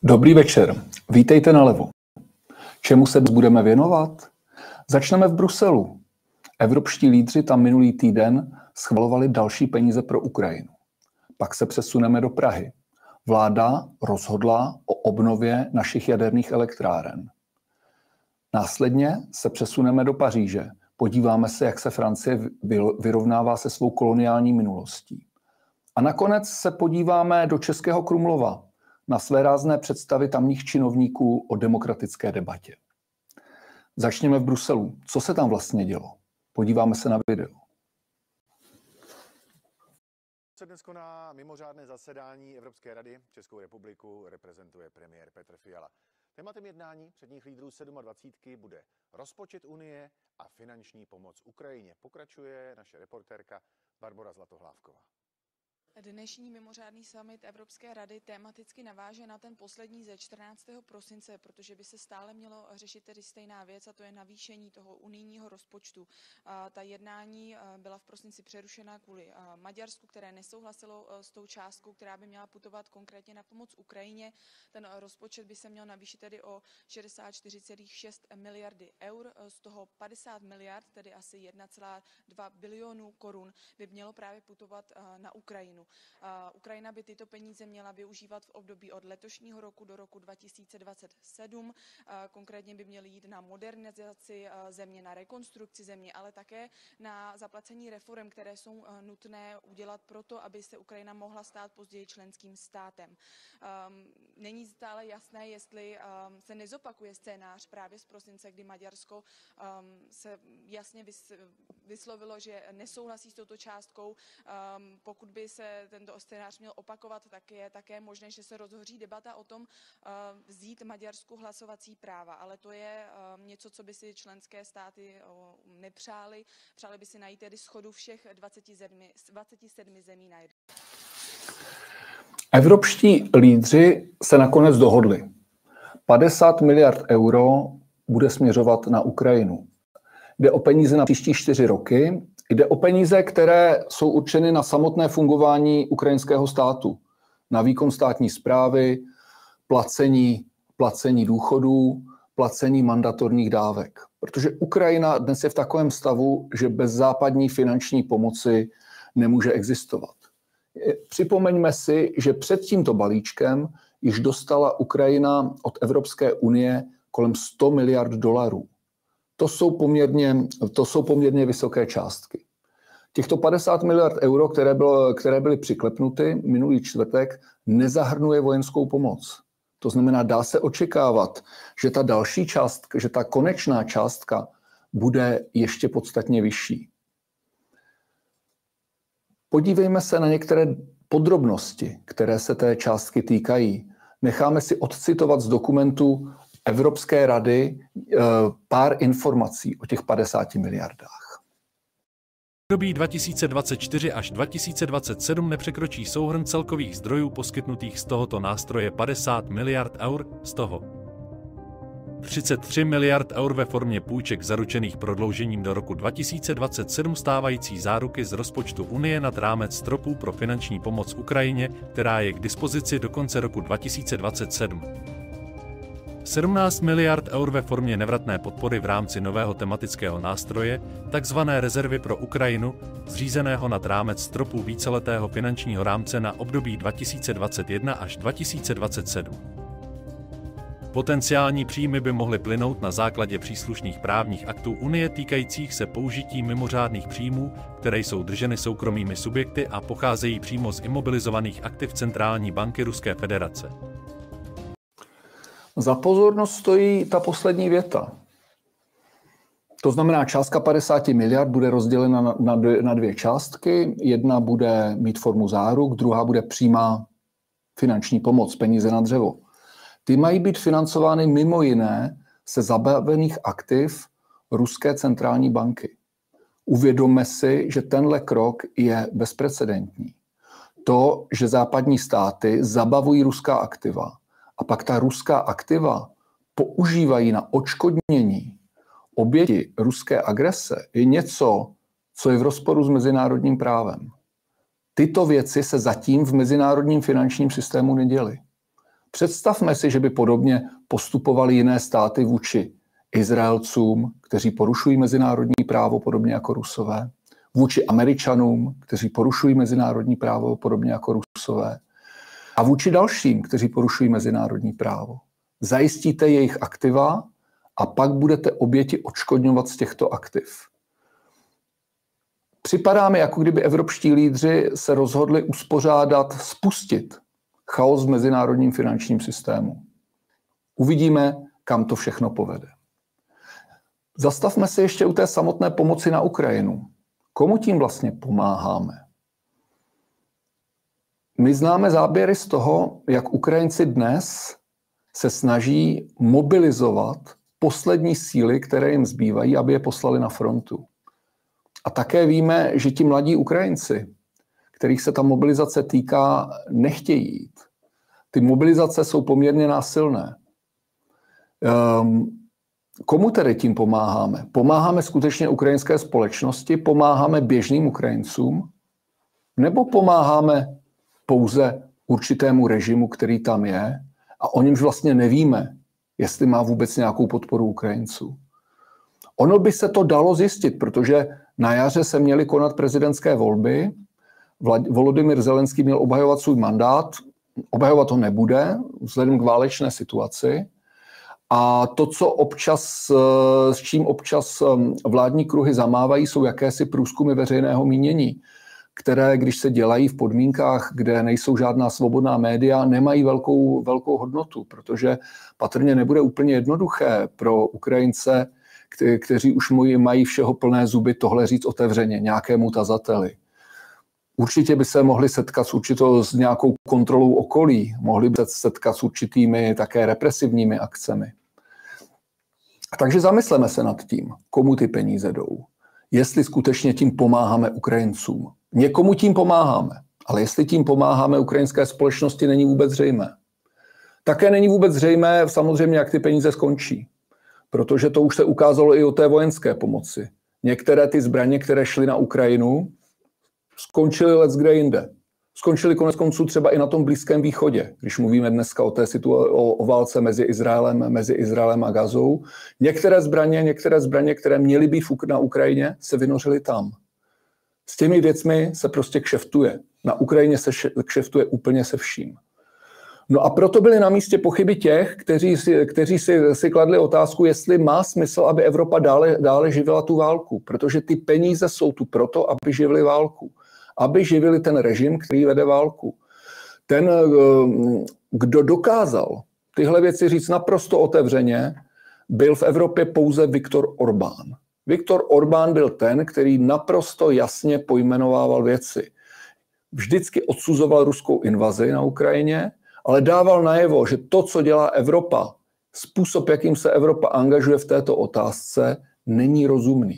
Dobrý večer, vítejte nalevo. Čemu se budeme věnovat? Začneme v Bruselu. Evropští lídři tam minulý týden schvalovali další peníze pro Ukrajinu. Pak se přesuneme do Prahy. Vláda rozhodla o obnově našich jaderných elektráren. Následně se přesuneme do Paříže. Podíváme se, jak se Francie vyrovnává se svou koloniální minulostí. A nakonec se podíváme do Českého Krumlova na své rázné představy tamních činovníků o demokratické debatě. Začněme v Bruselu. Co se tam vlastně dělo? Podíváme se na video. Se dnes koná mimořádné zasedání Evropské rady. Českou republiku reprezentuje premiér Petr Fiala. Tématem jednání předních lídrů 27 bude rozpočet Unie a finanční pomoc Ukrajině. Pokračuje naše reportérka Barbora Zlatohlávková. Dnešní mimořádný summit Evropské rady tematicky naváže na ten poslední ze 14. prosince, protože by se stále mělo řešit tedy stejná věc, a to je navýšení toho unijního rozpočtu. Ta jednání byla v prosinci přerušena kvůli Maďarsku, které nesouhlasilo s tou částkou, která by měla putovat konkrétně na pomoc Ukrajině. Ten rozpočet by se měl navýšit tedy o 64,6 miliardy eur, z toho 50 miliard, tedy asi 1,2 bilionu korun, by mělo právě putovat na Ukrajinu. Ukrajina by tyto peníze měla využívat v období od letošního roku do roku 2027. Konkrétně by měly jít na modernizaci země, na rekonstrukci země, ale také na zaplacení reform, které jsou nutné udělat proto, aby se Ukrajina mohla stát později členským státem. Není stále jasné, jestli se nezopakuje scénář právě z prosince, kdy Maďarsko se jasně vyslovilo, že nesouhlasí s touto částkou. Pokud by se tento scénář měl opakovat, tak je také možné, že se rozhoří debata o tom vzít Maďarsku hlasovací práva. Ale to je něco, co by si členské státy nepřáli. Přáli by si najít tedy shodu všech 27 zemí na jedno. Evropští lídři se nakonec dohodli. 50 miliard euro bude směřovat na Ukrajinu. Jde o peníze na příští 4 roky. Jde o peníze, které jsou určeny na samotné fungování ukrajinského státu, na výkon státní správy, placení důchodů, placení mandatorních dávek. Protože Ukrajina dnes je v takovém stavu, že bez západní finanční pomoci nemůže existovat. Připomeňme si, že před tímto balíčkem již dostala Ukrajina od Evropské unie kolem 100 miliard dolarů. To jsou poměrně vysoké částky. Těchto 50 miliard euro, které byly přiklepnuty minulý čtvrtek, nezahrnuje vojenskou pomoc. To znamená, dá se očekávat, že ta další částka, že ta konečná částka bude ještě podstatně vyšší. Podívejme se na některé podrobnosti, které se té částky týkají. Necháme si odcitovat z dokumentu Evropské rady pár informací o těch 50 miliardách. V období 2024 až 2027 nepřekročí souhrn celkových zdrojů poskytnutých z tohoto nástroje 50 miliard eur, z toho 33 miliard eur ve formě půjček zaručených prodloužením do roku 2027 stávající záruky z rozpočtu Unie nad rámec stropů pro finanční pomoc Ukrajině, která je k dispozici do konce roku 2027. 17 miliard eur ve formě nevratné podpory v rámci nového tematického nástroje, takzvané rezervy pro Ukrajinu, zřízeného nad rámec stropů víceletého finančního rámce na období 2021 až 2027. Potenciální příjmy by mohly plynout na základě příslušných právních aktů Unie týkajících se použití mimořádných příjmů, které jsou drženy soukromými subjekty a pocházejí přímo z imobilizovaných aktiv Centrální banky Ruské federace. Za pozornost stojí ta poslední věta. To znamená, částka 50 miliard bude rozdělena na 2 částky. Jedna bude mít formu záruk, druhá bude přímá finanční pomoc, peníze na dřevo. Ty mají být financovány mimo jiné se zabavených aktiv Ruské centrální banky. Uvědomme si, že tenhle krok je bezprecedentní. To, že západní státy zabavují ruská aktiva a pak ta ruská aktiva používají na odškodnění oběti ruské agrese, je něco, co je v rozporu s mezinárodním právem. Tyto věci se zatím v mezinárodním finančním systému neděly. Představme si, že by podobně postupovaly jiné státy vůči Izraelcům, kteří porušují mezinárodní právo, podobně jako Rusové, vůči Američanům, kteří porušují mezinárodní právo, podobně jako Rusové, a vůči dalším, kteří porušují mezinárodní právo. Zajistíte jejich aktiva a pak budete oběti odškodňovat z těchto aktiv. Připadá mi, jako kdyby evropští lídři se rozhodli spustit chaos v mezinárodním finančním systému. Uvidíme, kam to všechno povede. Zastavme se ještě u té samotné pomoci na Ukrajinu. Komu tím vlastně pomáháme? My známe záběry z toho, jak Ukrajinci dnes se snaží mobilizovat poslední síly, které jim zbývají, aby je poslali na frontu. A také víme, že ti mladí Ukrajinci, kterých se ta mobilizace týká, nechtějí jít. Ty mobilizace jsou poměrně násilné. Komu tedy tím pomáháme? Pomáháme skutečně ukrajinské společnosti? Pomáháme běžným Ukrajincům? Nebo pomáháme pouze určitému režimu, který tam je a o němž vlastně nevíme, jestli má vůbec nějakou podporu Ukrajinců? Ono by se to dalo zjistit, protože na jaře se měly konat prezidentské volby, Volodymyr Zelenský měl obhajovat svůj mandát, obhajovat ho nebude, vzhledem k válečné situaci. A to, s čím občas vládní kruhy zamávají, jsou jakési průzkumy veřejného mínění, které, když se dělají v podmínkách, kde nejsou žádná svobodná média, nemají velkou hodnotu, protože patrně nebude úplně jednoduché pro Ukrajince, kteří už mají všeho plné zuby, tohle říct otevřeně nějakému tazateli. Určitě by se mohli setkat s nějakou kontrolou okolí, mohli by se setkat s určitými také represivními akcemi. Takže zamysleme se nad tím, komu ty peníze jdou. Jestli skutečně tím pomáháme Ukrajincům. Někomu tím pomáháme, ale jestli tím pomáháme ukrajinské společnosti, není vůbec zřejmé. Také není vůbec zřejmé samozřejmě, jak ty peníze skončí. Protože to už se ukázalo i o té vojenské pomoci. Některé ty zbraně, které šly na Ukrajinu, skončily leckde jinde. Skončily konec konců třeba i na tom Blízkém východě, když mluvíme dneska o té o válce mezi Izraelem a Gazou. Některé zbraně, které měly být na Ukrajině, se vynořily tam. S těmi věcmi se prostě kšeftuje. Na Ukrajině se kšeftuje úplně se vším. No a proto byly na místě pochyby těch, kteří si kladli otázku, jestli má smysl, aby Evropa dále živila tu válku, protože ty peníze jsou tu proto, aby živili válku. Aby živili ten režim, který vede válku. Ten, kdo dokázal tyhle věci říct naprosto otevřeně, byl v Evropě pouze Viktor Orbán. Viktor Orbán byl ten, který naprosto jasně pojmenovával věci. Vždycky odsuzoval ruskou invazi na Ukrajině, ale dával najevo, že to, co dělá Evropa, způsob, jakým se Evropa angažuje v této otázce, není rozumný.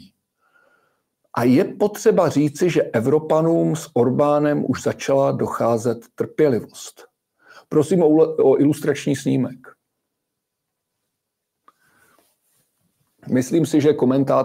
A je potřeba říci, že Evropanům s Orbánem už začala docházet trpělivost. Prosím o ilustrační snímek. Myslím si, že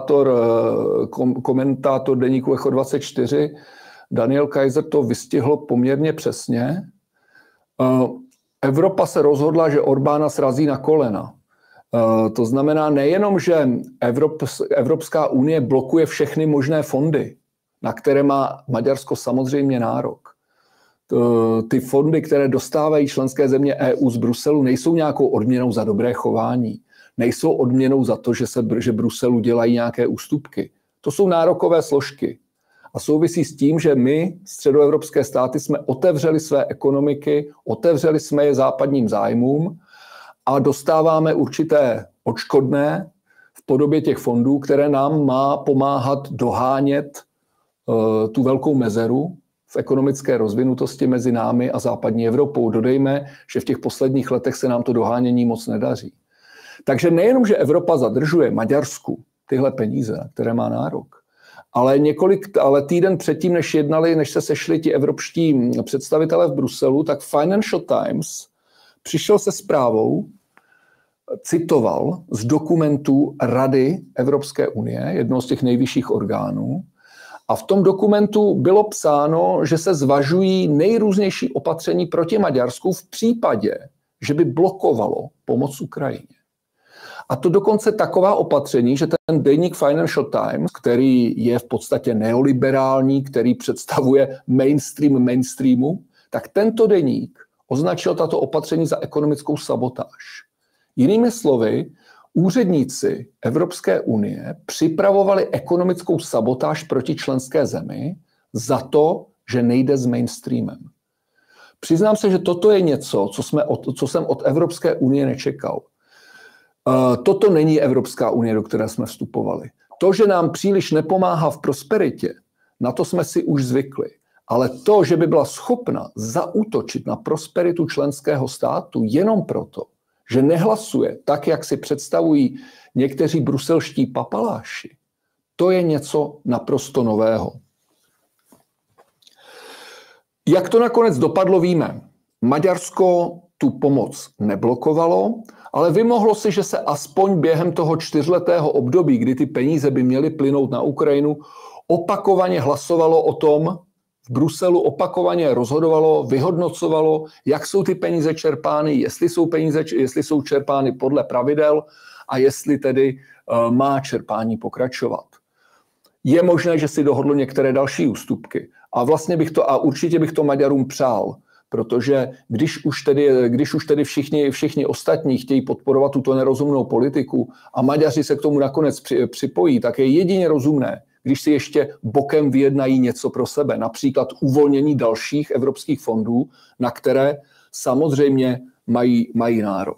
komentátor deníku Echo 24 Daniel Kaiser to vystihl poměrně přesně. Evropa se rozhodla, že Orbána srazí na kolena. To znamená nejenom, že Evropská unie blokuje všechny možné fondy, na které má Maďarsko samozřejmě nárok. Ty fondy, které dostávají členské země EU z Bruselu, nejsou nějakou odměnou za dobré chování. Nejsou odměnou za to, že Bruselu dělají nějaké ústupky. To jsou nárokové složky. A souvisí s tím, že my, středoevropské státy, jsme otevřeli své ekonomiky, otevřeli jsme je západním zájmům a dostáváme určité odškodné v podobě těch fondů, které nám má pomáhat dohánět tu velkou mezeru v ekonomické rozvinutosti mezi námi a západní Evropou. Dodejme, že v těch posledních letech se nám to dohánění moc nedaří. Takže nejenom, že Evropa zadržuje Maďarsku tyhle peníze, na které má nárok, ale týden předtím, než se sešli ti evropští představitelé v Bruselu, tak Financial Times přišel se zprávou, citoval z dokumentů Rady Evropské unie, jednoho z těch nejvyšších orgánů, a v tom dokumentu bylo psáno, že se zvažují nejrůznější opatření proti Maďarsku v případě, že by blokovalo pomoc Ukrajině. A to dokonce taková opatření, že ten deník Financial Times, který je v podstatě neoliberální, který představuje mainstreamu, tak tento deník označil tato opatření za ekonomickou sabotáž. Jinými slovy, úředníci Evropské unie připravovali ekonomickou sabotáž proti členské zemi za to, že nejde s mainstreamem. Přiznám se, že toto je něco, co jsem od Evropské unie nečekal. Toto není Evropská unie, do které jsme vstupovali. To, že nám příliš nepomáhá v prosperitě, na to jsme si už zvykli. Ale to, že by byla schopna zaútočit na prosperitu členského státu jenom proto, že nehlasuje tak, jak si představují někteří bruselští papaláši, to je něco naprosto nového. Jak to nakonec dopadlo, víme. Maďarsko tu pomoc neblokovalo, ale vymohlo si, že se aspoň během toho 4letého období, kdy ty peníze by měly plynout na Ukrajinu, opakovaně hlasovalo o tom, v Bruselu opakovaně rozhodovalo, vyhodnocovalo, jak jsou ty peníze čerpány, jestli jsou čerpány podle pravidel a jestli tedy má čerpání pokračovat. Je možné, že si dohodlo některé další ústupky. A vlastně určitě bych to Maďarům přál, protože když už tedy všichni ostatní chtějí podporovat tuto nerozumnou politiku a Maďaři se k tomu nakonec připojí, tak je jedině rozumné, když si ještě bokem vyjednají něco pro sebe, například uvolnění dalších evropských fondů, na které samozřejmě mají nárok.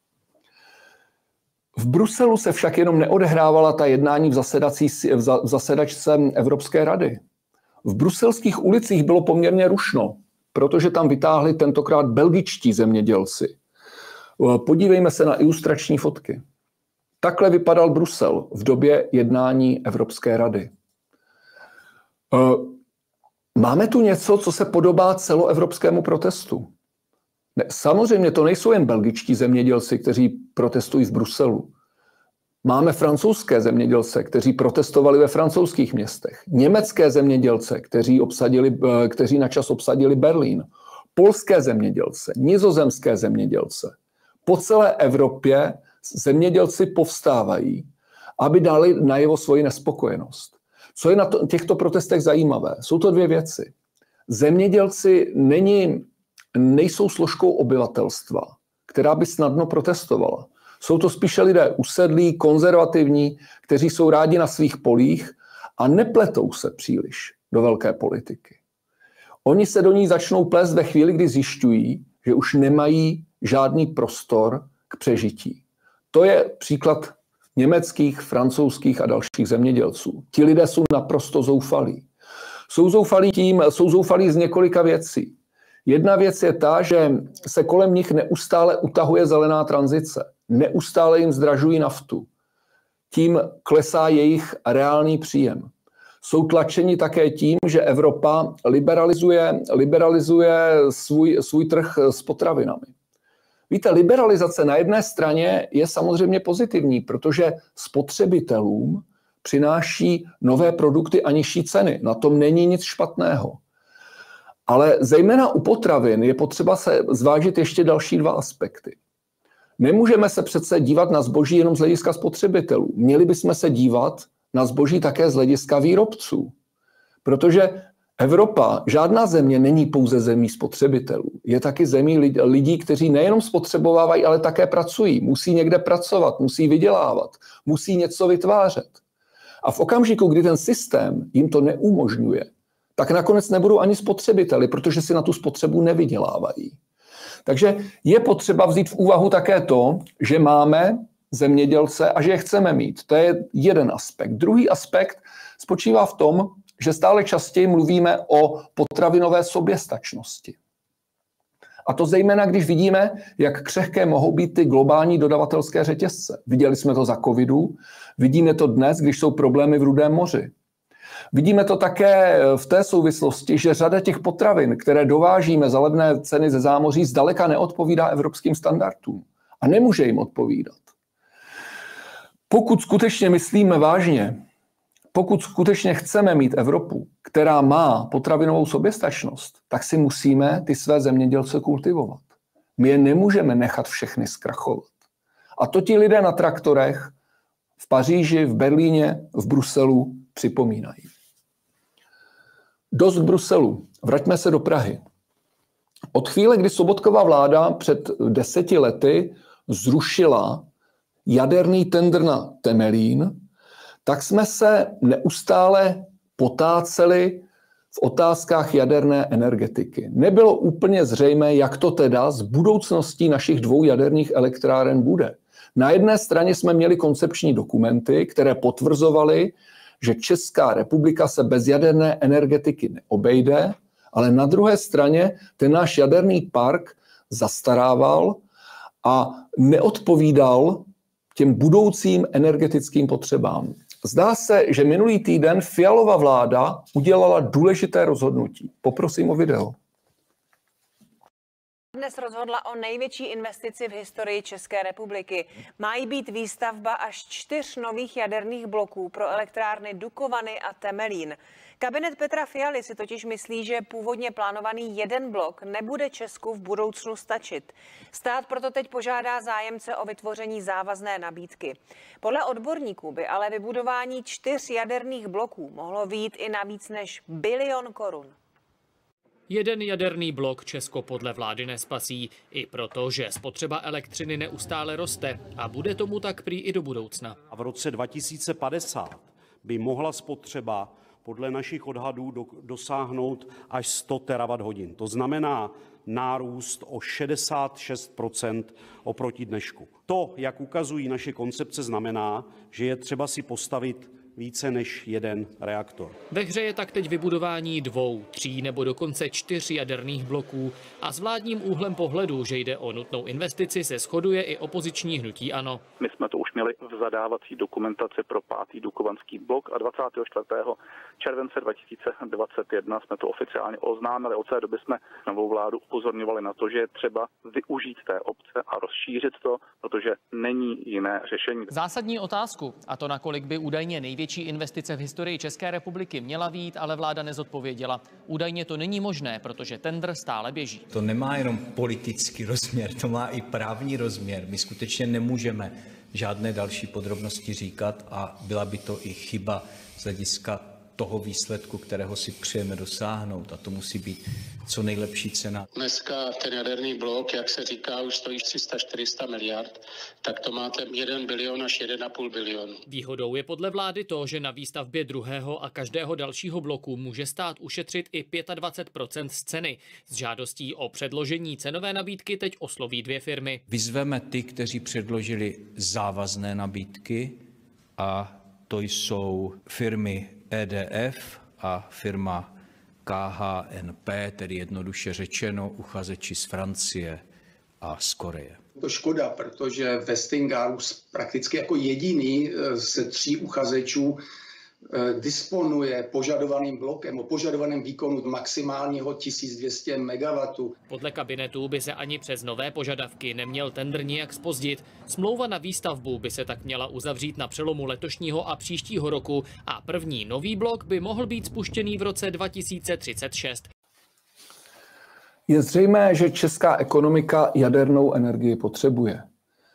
V Bruselu se však jenom neodehrávala ta jednání v zasedačce Evropské rady. V bruselských ulicích bylo poměrně rušno, protože tam vytáhli tentokrát belgičtí zemědělci. Podívejme se na ilustrační fotky. Takhle vypadal Brusel v době jednání Evropské rady. Máme tu něco, co se podobá celoevropskému protestu. Samozřejmě to nejsou jen belgičtí zemědělci, kteří protestují v Bruselu. Máme francouzské zemědělce, kteří protestovali ve francouzských městech. Německé zemědělce, kteří na čas obsadili Berlín. Polské zemědělce, nizozemské zemědělce. Po celé Evropě zemědělci povstávají, aby dali najevo svoji nespokojenost. Co je na těchto protestech zajímavé? Jsou to dvě věci. Zemědělci nejsou složkou obyvatelstva, která by snadno protestovala. Jsou to spíše lidé usedlí, konzervativní, kteří jsou rádi na svých polích a nepletou se příliš do velké politiky. Oni se do ní začnou plést ve chvíli, kdy zjišťují, že už nemají žádný prostor k přežití. To je příklad německých, francouzských a dalších zemědělců. Ti lidé jsou naprosto zoufalí. Jsou zoufalí z několika věcí. Jedna věc je ta, že se kolem nich neustále utahuje zelená tranzice. Neustále jim zdražují naftu. Tím klesá jejich reálný příjem. Jsou tlačeni také tím, že Evropa liberalizuje svůj trh s potravinami. Víte, liberalizace na jedné straně je samozřejmě pozitivní, protože spotřebitelům přináší nové produkty a nižší ceny. Na tom není nic špatného. Ale zejména u potravin je potřeba se zvážit ještě další dva aspekty. Nemůžeme se přece dívat na zboží jenom z hlediska spotřebitelů. Měli bychom se dívat na zboží také z hlediska výrobců. Protože Evropa, žádná země není pouze zemí spotřebitelů. Je taky zemí lidí, kteří nejenom spotřebovávají, ale také pracují. Musí někde pracovat, musí vydělávat, musí něco vytvářet. A v okamžiku, kdy ten systém jim to neumožňuje, tak nakonec nebudou ani spotřebiteli, protože si na tu spotřebu nevydělávají. Takže je potřeba vzít v úvahu také to, že máme zemědělce a že je chceme mít. To je jeden aspekt. Druhý aspekt spočívá v tom, že stále častěji mluvíme o potravinové soběstačnosti. A to zejména, když vidíme, jak křehké mohou být ty globální dodavatelské řetězce. Viděli jsme to za covidu, vidíme to dnes, když jsou problémy v Rudém moři. Vidíme to také v té souvislosti, že řada těch potravin, které dovážíme za levné ceny ze zámoří, zdaleka neodpovídá evropským standardům. A nemůže jim odpovídat. Pokud skutečně myslíme vážně, pokud skutečně chceme mít Evropu, která má potravinovou soběstačnost, tak si musíme ty své zemědělce kultivovat. My je nemůžeme nechat všechny zkrachovat. A to ti lidé na traktorech v Paříži, v Berlíně, v Bruselu připomínají. Dost Bruselu. Vraťme se do Prahy. Od chvíle, kdy Sobotkova vláda před 10 lety zrušila jaderný tendr na Temelín, tak jsme se neustále potáceli v otázkách jaderné energetiky. Nebylo úplně zřejmé, jak to teda s budoucností našich 2 jaderných elektráren bude. Na jedné straně jsme měli koncepční dokumenty, které potvrzovaly, že Česká republika se bez jaderné energetiky neobejde, ale na druhé straně ten náš jaderný park zastarával a neodpovídal těm budoucím energetickým potřebám. Zdá se, že minulý týden Fialova vláda udělala důležité rozhodnutí. Poprosím o video. Dnes rozhodla o největší investici v historii České republiky. Má jí být výstavba až 4 nových jaderných bloků pro elektrárny Dukovany a Temelín. Kabinet Petra Fialy si totiž myslí, že původně plánovaný 1 blok nebude Česku v budoucnu stačit. Stát proto teď požádá zájemce o vytvoření závazné nabídky. Podle odborníků by ale vybudování 4 jaderných bloků mohlo vyjít i na víc než 1 bilion korun. 1 jaderný blok Česko podle vlády nespasí, i proto, že spotřeba elektřiny neustále roste a bude tomu tak prý i do budoucna. A v roce 2050 by mohla spotřeba podle našich odhadů dosáhnout až 100 terawatt-hodin. To znamená nárůst o 66% oproti dnešku. To, jak ukazují naše koncepce, znamená, že je třeba si postavit více než 1 reaktor. Ve hře je tak teď vybudování 2, 3 nebo dokonce 4 jaderných bloků a s vládním úhlem pohledu, že jde o nutnou investici, se shoduje i opoziční hnutí ANO. My jsme to už měli v zadávací dokumentaci pro 5. dukovanský blok a 24. července 2021 jsme to oficiálně oznámili. Od té doby jsme novou vládu upozorňovali na to, že je třeba využít té obce a rozšířit to, protože není jiné řešení. Zásadní otázku, a to nakolik by údajně největší investice v historii České republiky měla být, ale vláda nezodpověděla. Údajně to není možné, protože tendr stále běží. To nemá jenom politický rozměr, to má i právní rozměr. My skutečně nemůžeme žádné další podrobnosti říkat a byla by to i chyba z hlediska toho výsledku, kterého si přejeme dosáhnout, a to musí být co nejlepší cena. Dneska ten jaderný blok, jak se říká, už stojí 300-400 miliard, tak to máte 1 bilion až 1,5 bilionu. Výhodou je podle vlády to, že na výstavbě 2. a každého dalšího bloku může stát ušetřit i 25% z ceny. S žádostí o předložení cenové nabídky teď osloví 2 firmy. Vyzveme ty, kteří předložili závazné nabídky, a to jsou firmy EDF a firma KHNP, tedy jednoduše řečeno uchazeči z Francie a z Koreje. To škoda, protože Westinghouse prakticky jako jediný ze 3 uchazečů disponuje požadovaným blokem o požadovaném výkonu maximálního 1200 MW. Podle kabinetu by se ani přes nové požadavky neměl tendr nijak zpozdit. Smlouva na výstavbu by se tak měla uzavřít na přelomu letošního a příštího roku a první nový blok by mohl být spuštěný v roce 2036. Je zřejmé, že česká ekonomika jadernou energii potřebuje.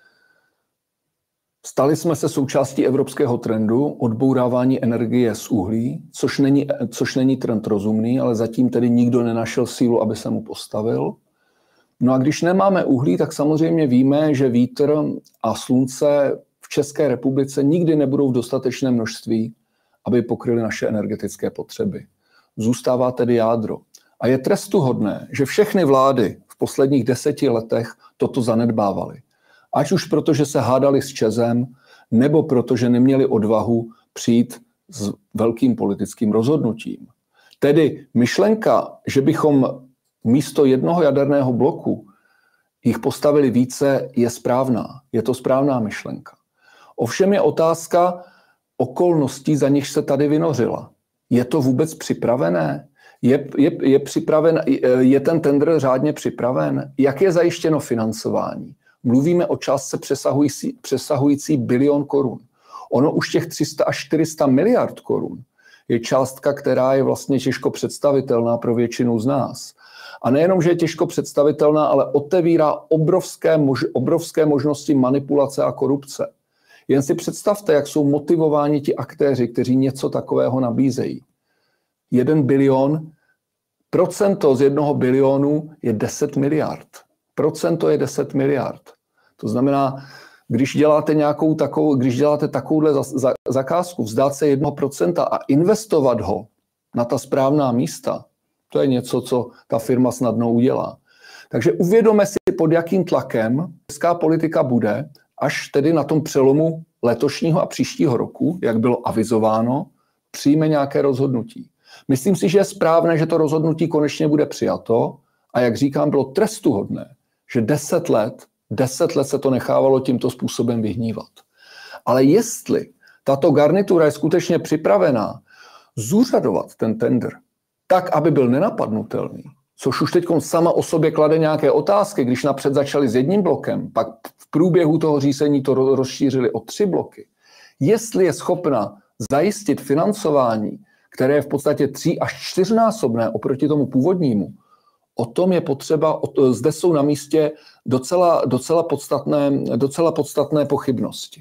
Stali jsme se součástí evropského trendu odbourávání energie z uhlí, což není trend rozumný, ale zatím tedy nikdo nenašel sílu, aby se mu postavil. No a když nemáme uhlí, tak samozřejmě víme, že vítr a slunce v České republice nikdy nebudou v dostatečném množství, aby pokryly naše energetické potřeby. Zůstává tedy jádro. A je trestuhodné, že všechny vlády v posledních 10 letech toto zanedbávaly. Ať už proto, že se hádali s ČEZem, nebo proto, že neměli odvahu přijít s velkým politickým rozhodnutím. Tedy myšlenka, že bychom místo 1 jaderného bloku jich postavili více, je správná. Je to správná myšlenka. Ovšem je otázka okolností, za nich se tady vynořila. Je to vůbec připravené? Je ten tendr řádně připraven? Jak je zajištěno financování? Mluvíme o částce přesahující 1 bilion korun. Ono už těch 300 až 400 miliard korun je částka, která je vlastně těžko představitelná pro většinu z nás. A nejenom, že je těžko představitelná, ale otevírá obrovské možnosti manipulace a korupce. Jen si představte, jak jsou motivováni ti aktéři, kteří něco takového nabízejí. 1 bilion, procento z 1 bilionu je 10 miliard. Procento je 10 miliard. To znamená, když děláte takovouhle zakázku, vzdát se 1% a investovat ho na ta správná místa, to je něco, co ta firma snadno udělá. Takže uvědomme si, pod jakým tlakem česká politika bude, až tedy na tom přelomu letošního a příštího roku, jak bylo avizováno, přijme nějaké rozhodnutí. Myslím si, že je správné, že to rozhodnutí konečně bude přijato a jak říkám, bylo trestuhodné, že 10 let se to nechávalo tímto způsobem vyhnívat. Ale jestli tato garnitura je skutečně připravená zúřadovat ten tender tak, aby byl nenapadnutelný, což už teď sama o sobě klade nějaké otázky, když napřed začali s 1 blokem, pak v průběhu toho řízení to rozšířili o 3 bloky. Jestli je schopna zajistit financování, které je v podstatě 3 až 4násobné oproti tomu původnímu, o tom je potřeba, zde jsou na místě docela podstatné pochybnosti.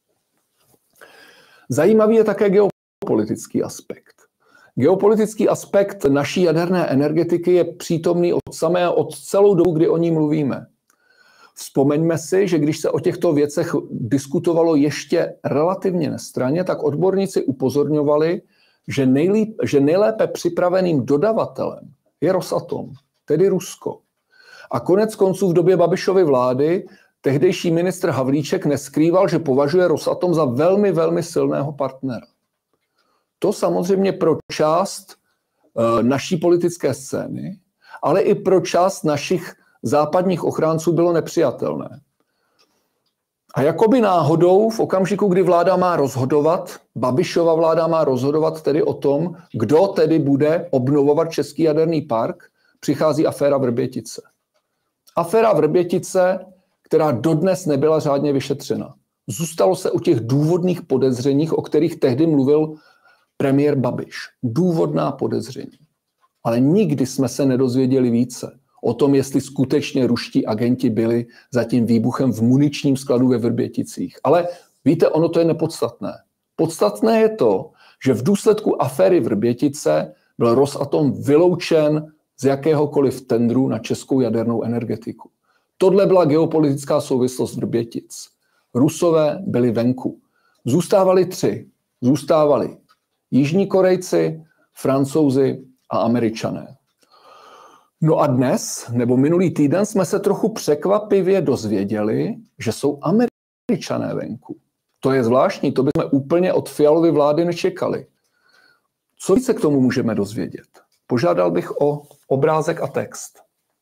Zajímavý je také geopolitický aspekt. Geopolitický aspekt naší jaderné energetiky je přítomný od celou dobu, kdy o ní mluvíme. Vzpomeňme si, že když se o těchto věcech diskutovalo ještě relativně nestranně, tak odborníci upozorňovali, že nejlépe připraveným dodavatelem je Rosatom, tedy Rusko. A konec konců v době Babišovy vlády tehdejší ministr Havlíček neskrýval, že považuje Rosatom za velmi, velmi silného partnera. To samozřejmě pro část naší politické scény, ale i pro část našich západních ochránců bylo nepřijatelné. A jakoby náhodou v okamžiku, kdy vláda má rozhodovat, Babišova vláda má rozhodovat tedy o tom, kdo tedy bude obnovovat český jaderný park, přichází aféra Vrbětice. Aféra Vrbětice, která dodnes nebyla řádně vyšetřena. Zůstalo se u těch důvodných podezřeních, o kterých tehdy mluvil premiér Babiš. Důvodná podezření. Ale nikdy jsme se nedozvěděli více o tom, jestli skutečně ruští agenti byli za tím výbuchem v muničním skladu ve Vrběticích. Ale víte, ono to je nepodstatné. Podstatné je to, že v důsledku aféry Vrbětice byl Rosatom vyloučen z jakéhokoliv tendru na českou jadernou energetiku. Tohle byla geopolitická souvislost Vrbětic. Rusové byli venku. Zůstávali 3. Zůstávali Jižní Korejci, Francouzi a Američané. No a dnes, nebo minulý týden, jsme se trochu překvapivě dozvěděli, že jsou Američané venku. To je zvláštní, to bychom úplně od Fialovy vlády nečekali. Co více k tomu můžeme dozvědět? Požádal bych o obrázek a text.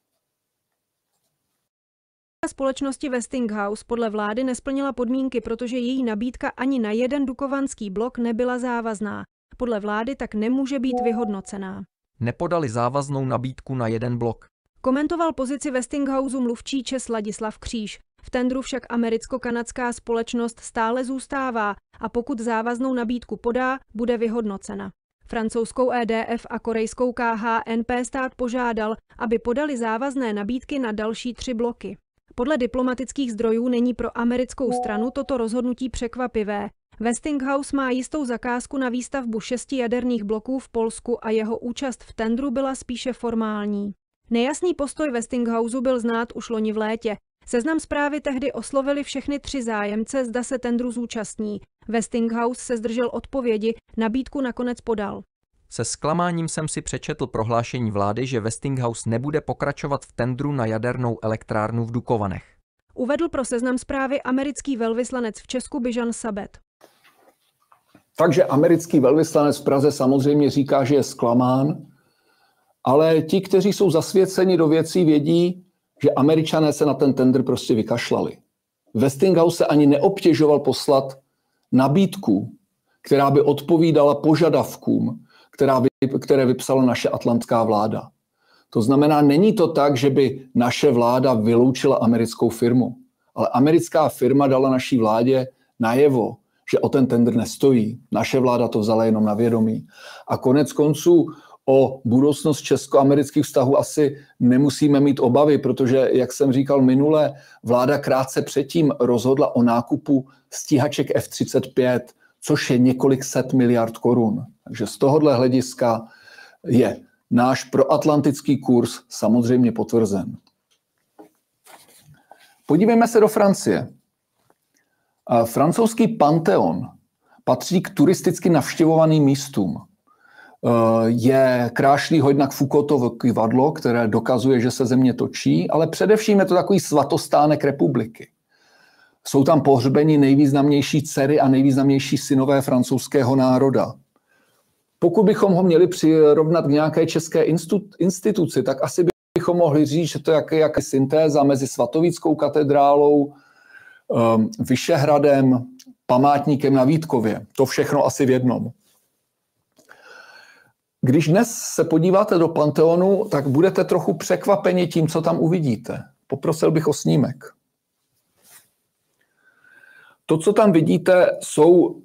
Společnosti Westinghouse podle vlády nesplnila podmínky, protože její nabídka ani na jeden dukovanský blok nebyla závazná. Podle vlády tak nemůže být vyhodnocená. Nepodali závaznou nabídku na jeden blok. Komentoval pozici Westinghouse mluvčí ČEZ Ladislav Kříž. V tendru však americko-kanadská společnost stále zůstává a pokud závaznou nabídku podá, bude vyhodnocena. Francouzskou EDF a korejskou KHNP stát požádal, aby podali závazné nabídky na další 3 bloky. Podle diplomatických zdrojů není pro americkou stranu toto rozhodnutí překvapivé. Westinghouse má jistou zakázku na výstavbu 6 jaderných bloků v Polsku a jeho účast v tendru byla spíše formální. Nejasný postoj Westinghouse byl znát už loni v létě. Seznam Zprávy tehdy oslovili všechny 3 zájemce, zda se tendru zúčastní. Westinghouse se zdržel odpovědi, nabídku nakonec podal. Se zklamáním jsem si přečetl prohlášení vlády, že Westinghouse nebude pokračovat v tendru na jadernou elektrárnu v Dukovanech. Uvedl pro Seznam Zprávy americký velvyslanec v Česku Bijan Sabet. Takže americký velvyslanec v Praze samozřejmě říká, že je zklamán, ale ti, kteří jsou zasvěceni do věcí, vědí, že Američané se na ten tender prostě vykašlali. Westinghouse se ani neobtěžoval poslat nabídku, která by odpovídala požadavkům, které vypsala naše atlantská vláda. To znamená, není to tak, že by naše vláda vyloučila americkou firmu, ale americká firma dala naší vládě najevo, že o ten tender nestojí. Naše vláda to vzala jenom na vědomí. A konec konců o budoucnost česko-amerických vztahů asi nemusíme mít obavy, protože, jak jsem říkal minule, vláda krátce předtím rozhodla o nákupu stíhaček F-35, což je několik set miliard korun. Takže z tohohle hlediska je náš proatlantický kurz samozřejmě potvrzen. Podívejme se do Francie. Francouzský Pantheon patří k turisticky navštěvovaným místům. Je krášlý jednak Foucaultovo kyvadlo, které dokazuje, že se země točí, ale především je to takový svatostánek republiky. Jsou tam pohřbeni nejvýznamnější dcery a nejvýznamnější synové francouzského národa. Pokud bychom ho měli přirovnat k nějaké české instituci, tak asi bychom mohli říct, že to je jaká syntéza mezi Svatovíckou katedrálou, Vyšehradem, památníkem na Vítkově. To všechno asi v jednom. Když dnes se podíváte do Pantheonu, tak budete trochu překvapeni tím, co tam uvidíte. Poprosil bych o snímek. To, co tam vidíte, jsou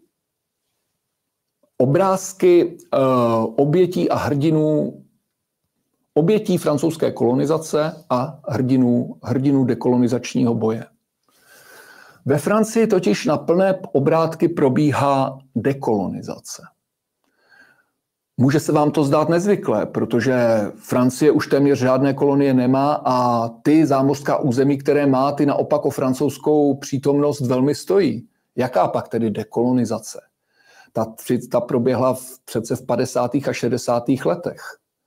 obrázky obětí a hrdinů, obětí francouzské kolonizace a hrdinů dekolonizačního boje. Ve Francii totiž na plné obrátky probíhá dekolonizace. Může se vám to zdát nezvyklé, protože Francie už téměř žádné kolonie nemá a ty zámořská území, které má, ty naopak o francouzskou přítomnost velmi stojí. Jaká pak tedy dekolonizace? Ta proběhla přece v 50. a 60. letech.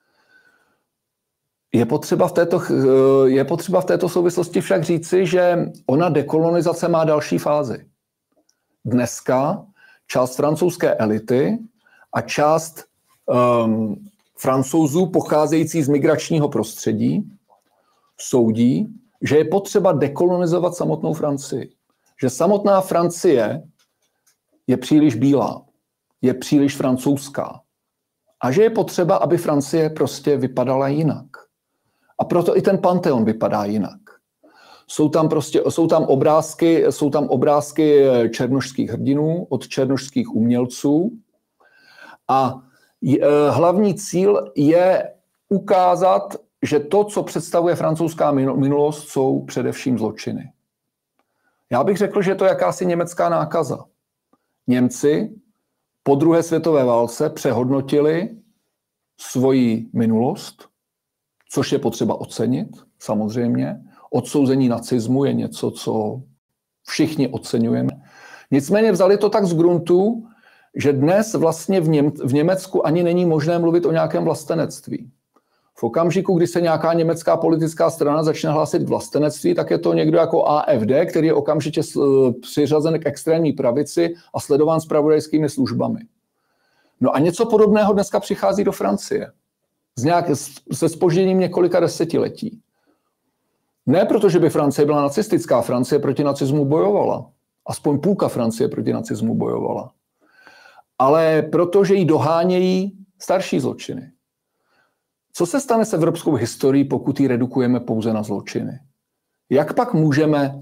Je potřeba v této souvislosti však říci, že ona dekolonizace má další fázi. Dneska část francouzské elity a část Francouzů pocházející z migračního prostředí soudí, že je potřeba dekolonizovat samotnou Francii. Že samotná Francie je příliš bílá, je příliš francouzská. A že je potřeba, aby Francie prostě vypadala jinak. A proto i ten Pantheon vypadá jinak. Jsou tam obrázky černošských hrdinů od černošských umělců a hlavní cíl je ukázat, že to, co představuje francouzská minulost, jsou především zločiny. Já bych řekl, že to je jakási německá nákaza. Němci po druhé světové válce přehodnotili svoji minulost, což je potřeba ocenit, samozřejmě. Odsouzení nacismu je něco, co všichni oceňujeme. Nicméně vzali to tak z gruntu, že dnes vlastně v Německu ani není možné mluvit o nějakém vlastenectví. V okamžiku, kdy se nějaká německá politická strana začne hlásit k vlastenectví, tak je to někdo jako AfD, který je okamžitě přiřazen k extrémní pravici a sledován zpravodajskými službami. No a něco podobného dneska přichází do Francie. Se zpožděním několika desetiletí. Ne proto, že by Francie byla nacistická. Francie proti nacismu bojovala. Aspoň půlka Francie proti nacismu bojovala. Ale protože jí dohánějí starší zločiny. Co se stane s evropskou historií, pokud ji redukujeme pouze na zločiny? Jak pak můžeme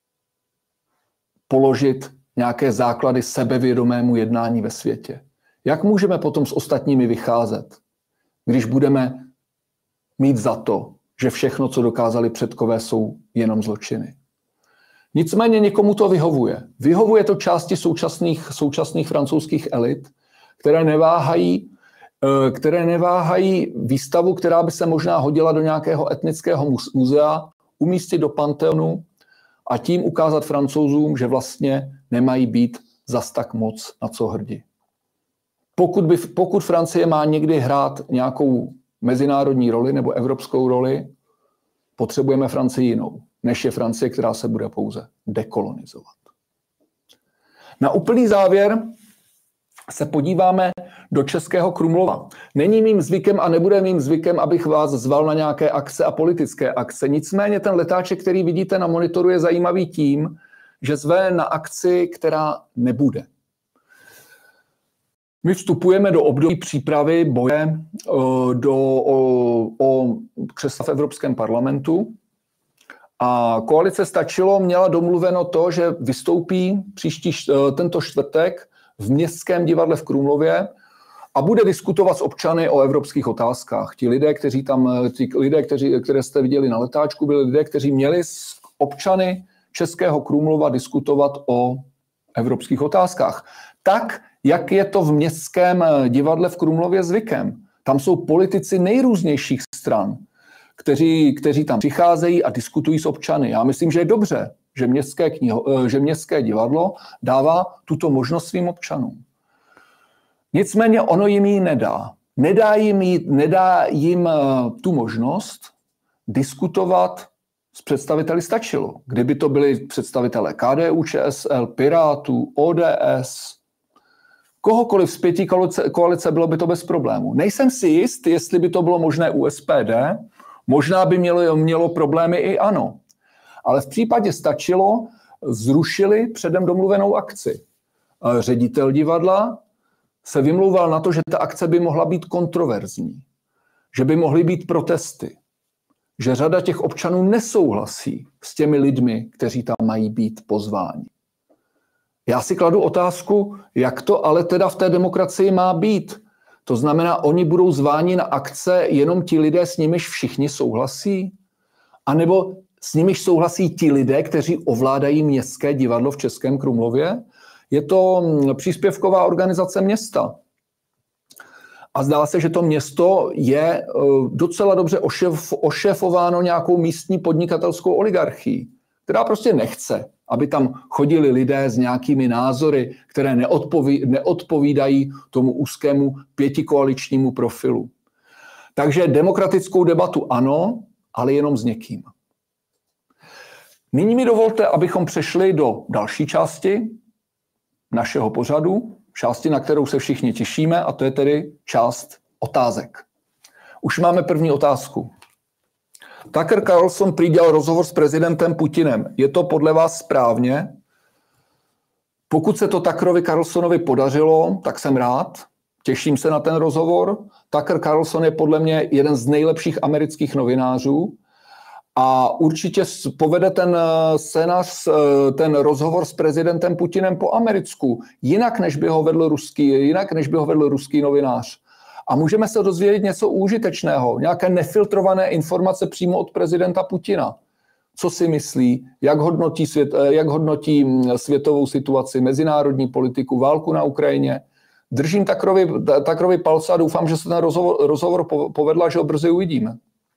položit nějaké základy sebevědomému jednání ve světě? Jak můžeme potom s ostatními vycházet, když budeme mít za to, že všechno, co dokázali předkové, jsou jenom zločiny? Nicméně někomu to vyhovuje. Vyhovuje to části současných francouzských elit, které neváhají výstavu, která by se možná hodila do nějakého etnického muzea, umístit do Pantheonu a tím ukázat Francouzům, že vlastně nemají být zas tak moc na co hrdí. Pokud Francie má někdy hrát nějakou mezinárodní roli nebo evropskou roli, potřebujeme Francii jinou, než je Francie, která se bude pouze dekolonizovat. Na úplný závěr se podíváme do Českého Krumlova. Není mým zvykem a nebude mým zvykem, abych vás zval na nějaké akce a politické akce. Nicméně ten letáček, který vidíte na monitoru, je zajímavý tím, že zve na akci, která nebude. My vstupujeme do období přípravy boje o křesla v Evropském parlamentu a koalice měla domluveno to, že vystoupí tento čtvrtek v Městském divadle v Krumlově a bude diskutovat s občany o evropských otázkách. Ti lidé, které jste viděli na letáčku, byli lidé, kteří měli s občany Českého Krumlova diskutovat o evropských otázkách. Tak, jak je to v Městském divadle v Krumlově zvykem. Tam jsou politici nejrůznějších stran, kteří tam přicházejí a diskutují s občany. Já myslím, že je dobře, že Městské divadlo dává tuto možnost svým občanům. Nicméně ono jim ji nedá. Nedá jim tu možnost diskutovat s představiteli stačilo. Kdyby to byli představitelé KDU, ČSL, Pirátů, ODS, kohokoliv z pěti koalice, bylo by to bez problému. Nejsem si jist, jestli by to bylo možné u SPD, možná by mělo problémy i ANO. Ale v případě stačilo, zrušili předem domluvenou akci. Ředitel divadla se vymlouval na to, že ta akce by mohla být kontroverzní, že by mohly být protesty, že řada těch občanů nesouhlasí s těmi lidmi, kteří tam mají být pozváni. Já si kladu otázku, jak to ale teda v té demokracii má být. To znamená, oni budou zváni na akce jenom ti lidé, s nimiž všichni souhlasí? A nebo s nimiž souhlasí ti lidé, kteří ovládají Městské divadlo v Českém Krumlově? Je to příspěvková organizace města. A zdá se, že to město je docela dobře ošéfováno nějakou místní podnikatelskou oligarchií, která prostě nechce, aby tam chodili lidé s nějakými názory, které neodpovídají tomu úzkému pětikoaličnímu profilu. Takže demokratickou debatu ano, ale jenom s někým. Nyní mi dovolte, abychom přešli do další části našeho pořadu, části, na kterou se všichni těšíme, a to je tedy část otázek. Už máme první otázku. Tucker Carlson prý dělal rozhovor s prezidentem Putinem. Je to podle vás správně? Pokud se to Tuckerovi Carlsonovi podařilo, tak jsem rád. Těším se na ten rozhovor. Tucker Carlson je podle mě jeden z nejlepších amerických novinářů a určitě povede ten scénář, ten rozhovor s prezidentem Putinem po americku, jinak než by ho vedl ruský novinář. A můžeme se dozvědět něco užitečného, nějaké nefiltrované informace přímo od prezidenta Putina. Co si myslí, jak hodnotí světovou situaci, mezinárodní politiku, válku na Ukrajině. Držím Tuckerovi palce a doufám, že se ten rozhovor povedl a že ho brzy uvidíme.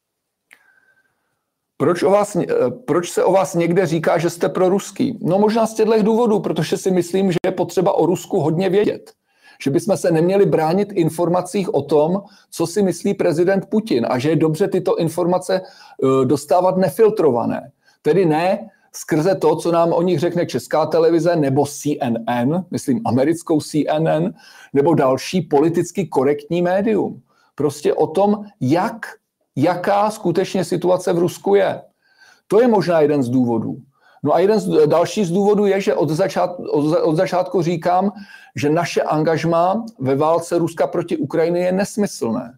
Proč se o vás někde říká, že jste proruský? No možná z těchto důvodů, protože si myslím, že je potřeba o Rusku hodně vědět. Že bychom se neměli bránit informacích o tom, co si myslí prezident Putin a že je dobře tyto informace dostávat nefiltrované. Tedy ne skrze to, co nám o nich řekne Česká televize nebo CNN, myslím americkou CNN, nebo další politicky korektní médium. Prostě o tom, jaká skutečně situace v Rusku je. To je možná jeden z důvodů. No a další z důvodů je, že od začátku říkám, že naše angažmá ve válce Ruska proti Ukrajině je nesmyslné.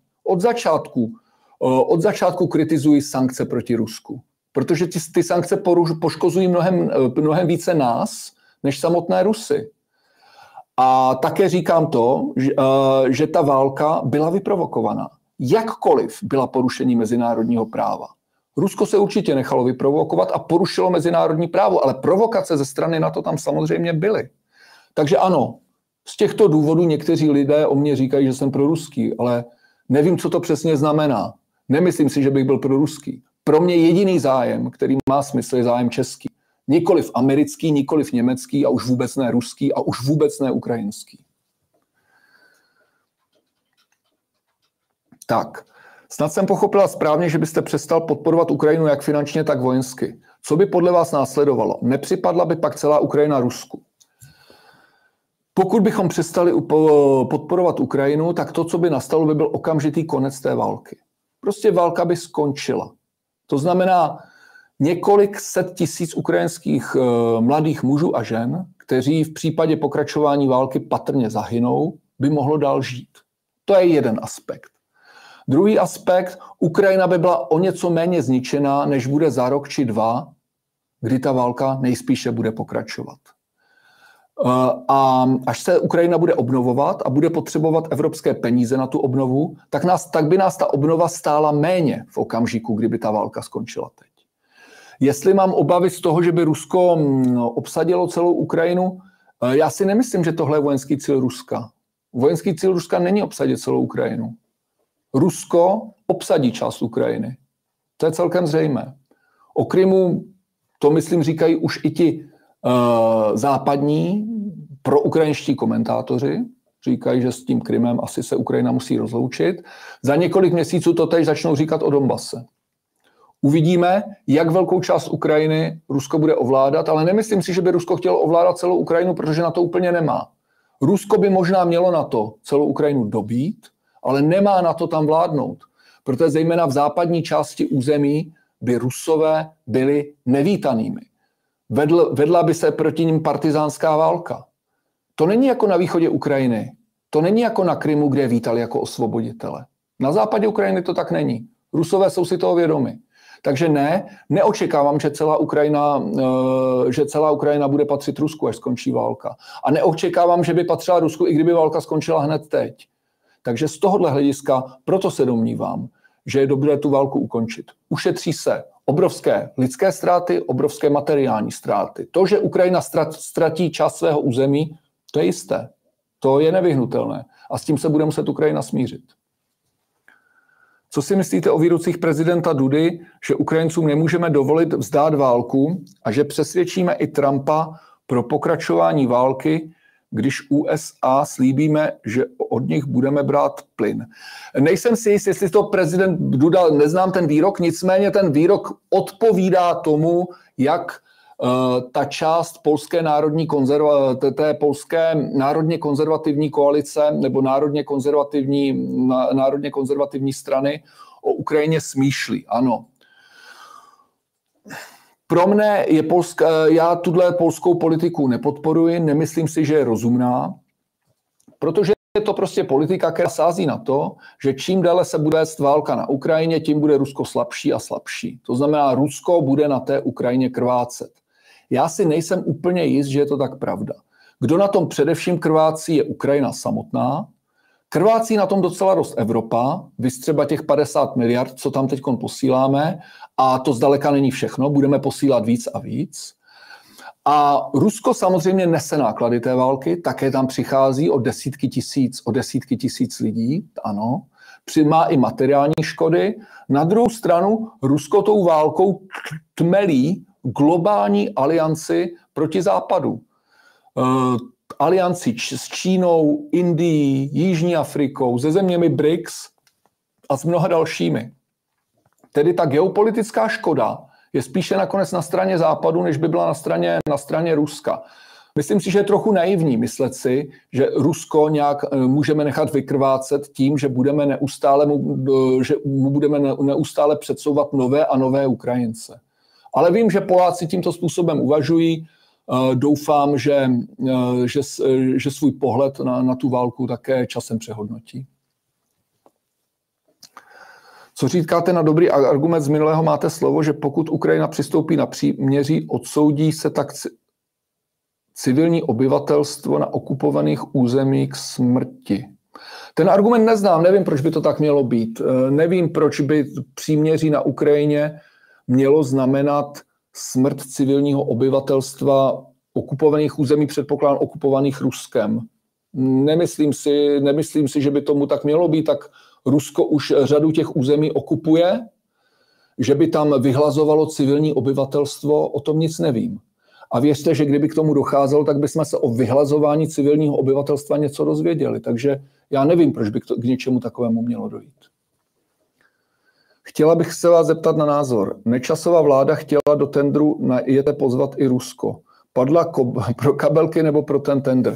Od začátku kritizuji sankce proti Rusku, protože ty sankce poškozují mnohem více nás, než samotné Rusy. A také říkám to, že ta válka byla vyprovokovaná. Jakkoliv byla porušení mezinárodního práva. Rusko se určitě nechalo vyprovokovat a porušilo mezinárodní právo, ale provokace ze strany NATO tam samozřejmě byly. Takže ano, z těchto důvodů někteří lidé o mě říkají, že jsem proruský, ale nevím, co to přesně znamená. Nemyslím si, že bych byl proruský. Pro mě jediný zájem, který má smysl, je zájem český. Nikoliv americký, nikoliv německý a už vůbec ne ruský a už vůbec ne ukrajinský. Tak, snad jsem pochopila správně, že byste přestal podporovat Ukrajinu jak finančně, tak vojensky. Co by podle vás následovalo? Nepřipadla by pak celá Ukrajina Rusku? Pokud bychom přestali podporovat Ukrajinu, tak to, co by nastalo, by byl okamžitý konec té války. Prostě válka by skončila. To znamená několik set tisíc ukrajinských mladých mužů a žen, kteří v případě pokračování války patrně zahynou, by mohlo dál žít. To je jeden aspekt. Druhý aspekt, Ukrajina by byla o něco méně zničená, než bude za rok či dva, kdy ta válka nejspíše bude pokračovat. A až se Ukrajina bude obnovovat a bude potřebovat evropské peníze na tu obnovu, tak by nás ta obnova stála méně v okamžiku, kdyby ta válka skončila teď. Jestli mám obavy z toho, že by Rusko obsadilo celou Ukrajinu, já si nemyslím, že tohle je vojenský cíl Ruska. Vojenský cíl Ruska není obsadit celou Ukrajinu. Rusko obsadí část Ukrajiny. To je celkem zřejmé. O Krymu, to myslím, říkají už i ti západní proukrajinští komentátoři. Říkají, že s tím Krymem asi se Ukrajina musí rozloučit. Za několik měsíců to teď začnou říkat o Donbase. Uvidíme, jak velkou část Ukrajiny Rusko bude ovládat, ale nemyslím si, že by Rusko chtělo ovládat celou Ukrajinu, protože na to úplně nemá. Rusko by možná mělo na to celou Ukrajinu dobít, ale nemá na to tam vládnout. Protože zejména v západní části území by Rusové byli nevítanými. Vedla by se proti nim partizánská válka. To není jako na východě Ukrajiny. To není jako na Krymu, kde je vítali jako osvoboditele. Na západě Ukrajiny to tak není. Rusové jsou si toho vědomi. Takže neočekávám, že celá Ukrajina bude patřit Rusku, až skončí válka. A neočekávám, že by patřila Rusku, i kdyby válka skončila hned teď. Takže z tohohle hlediska proto se domnívám, že je dobré tu válku ukončit. Ušetří se obrovské lidské ztráty, obrovské materiální ztráty. To, že Ukrajina ztratí část svého území, to je jisté. To je nevyhnutelné. A s tím se bude muset Ukrajina smířit. Co si myslíte o výrocích prezidenta Dudy, že Ukrajincům nemůžeme dovolit vzdát válku a že přesvědčíme i Trumpa pro pokračování války, když USA slíbíme, že od nich budeme brát plyn? Nejsem si jist, jestli to prezident Duda, neznám ten výrok, nicméně ten výrok odpovídá tomu, jak ta část polské té polské národně konzervativní koalice nebo národně konzervativní strany o Ukrajině smýšlí. Ano. Pro mne je já tuhle polskou politiku nepodporuji, nemyslím si, že je rozumná, protože je to prostě politika, která sází na to, že čím déle se bude vést válka na Ukrajině, tím bude Rusko slabší a slabší. To znamená, Rusko bude na té Ukrajině krvácet. Já si nejsem úplně jist, že je to tak pravda. Kdo na tom především krvácí, je Ukrajina samotná. Krvácí na tom docela dost Evropa, viz třeba těch 50 miliard, co tam teď posíláme, a to zdaleka není všechno, budeme posílat víc a víc. A Rusko samozřejmě nese náklady té války, také tam přichází o desítky tisíc lidí, ano. Má i materiální škody. Na druhou stranu Rusko tou válkou tmelí globální alianci proti západu. Alianci s Čínou, Indií, Jižní Afrikou, se zeměmi BRICS a s mnoha dalšími. Tedy ta geopolitická škoda je spíše nakonec na straně západu, než by byla na straně Ruska. Myslím si, že je trochu naivní myslet si, že Rusko nějak můžeme nechat vykrvácet tím, že budeme neustále předsouvat nové a nové Ukrajince. Ale vím, že Poláci tímto způsobem uvažují. Doufám, že svůj pohled na tu válku také časem přehodnotí. Co říkáte na dobrý argument z minulého? Máte slovo, že pokud Ukrajina přistoupí na příměří, odsoudí se tak civilní obyvatelstvo na okupovaných územích k smrti. Ten argument neznám, nevím, proč by to tak mělo být. Nevím, proč by příměří na Ukrajině mělo znamenat smrt civilního obyvatelstva okupovaných území, předpokládám okupovaných Ruskem. Nemyslím si, že by tomu tak mělo být, tak Rusko už řadu těch území okupuje, že by tam vyhlazovalo civilní obyvatelstvo, o tom nic nevím. A věřte, že kdyby k tomu docházelo, tak bychom se o vyhlazování civilního obyvatelstva něco dozvěděli. Takže já nevím, proč by k něčemu takovému mělo dojít. Chtěla bych se vás zeptat na názor. Nečasová vláda chtěla do tendru na JETE pozvat i Rusko. Padla pro kabelky nebo pro ten tender?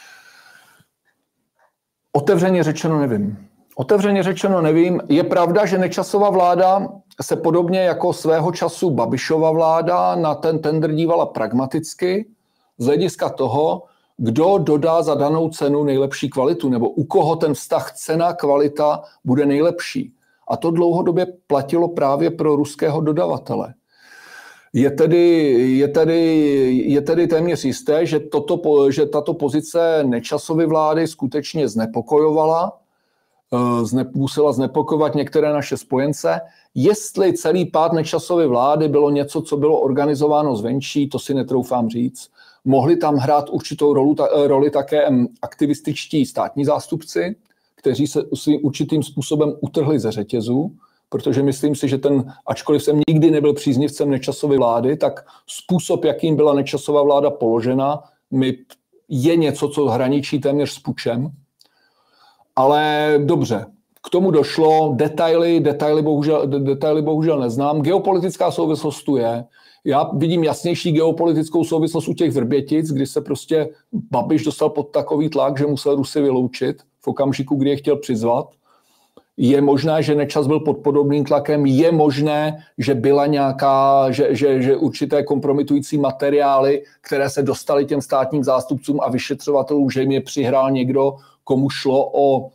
Otevřeně řečeno nevím. Je pravda, že Nečasova vláda se podobně jako svého času Babišova vláda na ten tender dívala pragmaticky z hlediska toho, kdo dodá za danou cenu nejlepší kvalitu nebo u koho ten vztah cena-kvalita bude nejlepší. A to dlouhodobě platilo právě pro ruského dodavatele. Je tedy téměř jisté, že tato pozice Nečasovy vlády skutečně znepokojovala, musela znepokojovat některé naše spojence. Jestli celý pád Nečasovy vlády bylo něco, co bylo organizováno zvenčí, to si netroufám říct. Mohli tam hrát určitou roli také aktivističtí státní zástupci, kteří se určitým způsobem utrhli ze řetězu, protože myslím si, že ačkoliv jsem nikdy nebyl příznivcem Nečasovy vlády, tak způsob, jakým byla Nečasova vláda položena, je něco, co hraničí téměř s pučem. Ale dobře, k tomu došlo, detaily bohužel neznám. Geopolitická souvislost tu je. Já vidím jasnější geopolitickou souvislost u těch Vrbětic, kdy se prostě Babiš dostal pod takový tlak, že musel Rusy vyloučit v okamžiku, kdy je chtěl přizvat. Je možné, že Nečas byl pod podobným tlakem, je možné, že byla že určité kompromitující materiály, které se dostaly těm státním zástupcům a vyšetřovatelům, že jim je přihrál někdo, komu šlo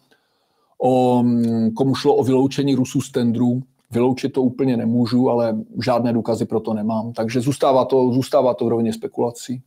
o vyloučení Rusů z tendrů. Vyloučit to úplně nemůžu, ale žádné důkazy pro to nemám. Takže zůstává to v rovině spekulací.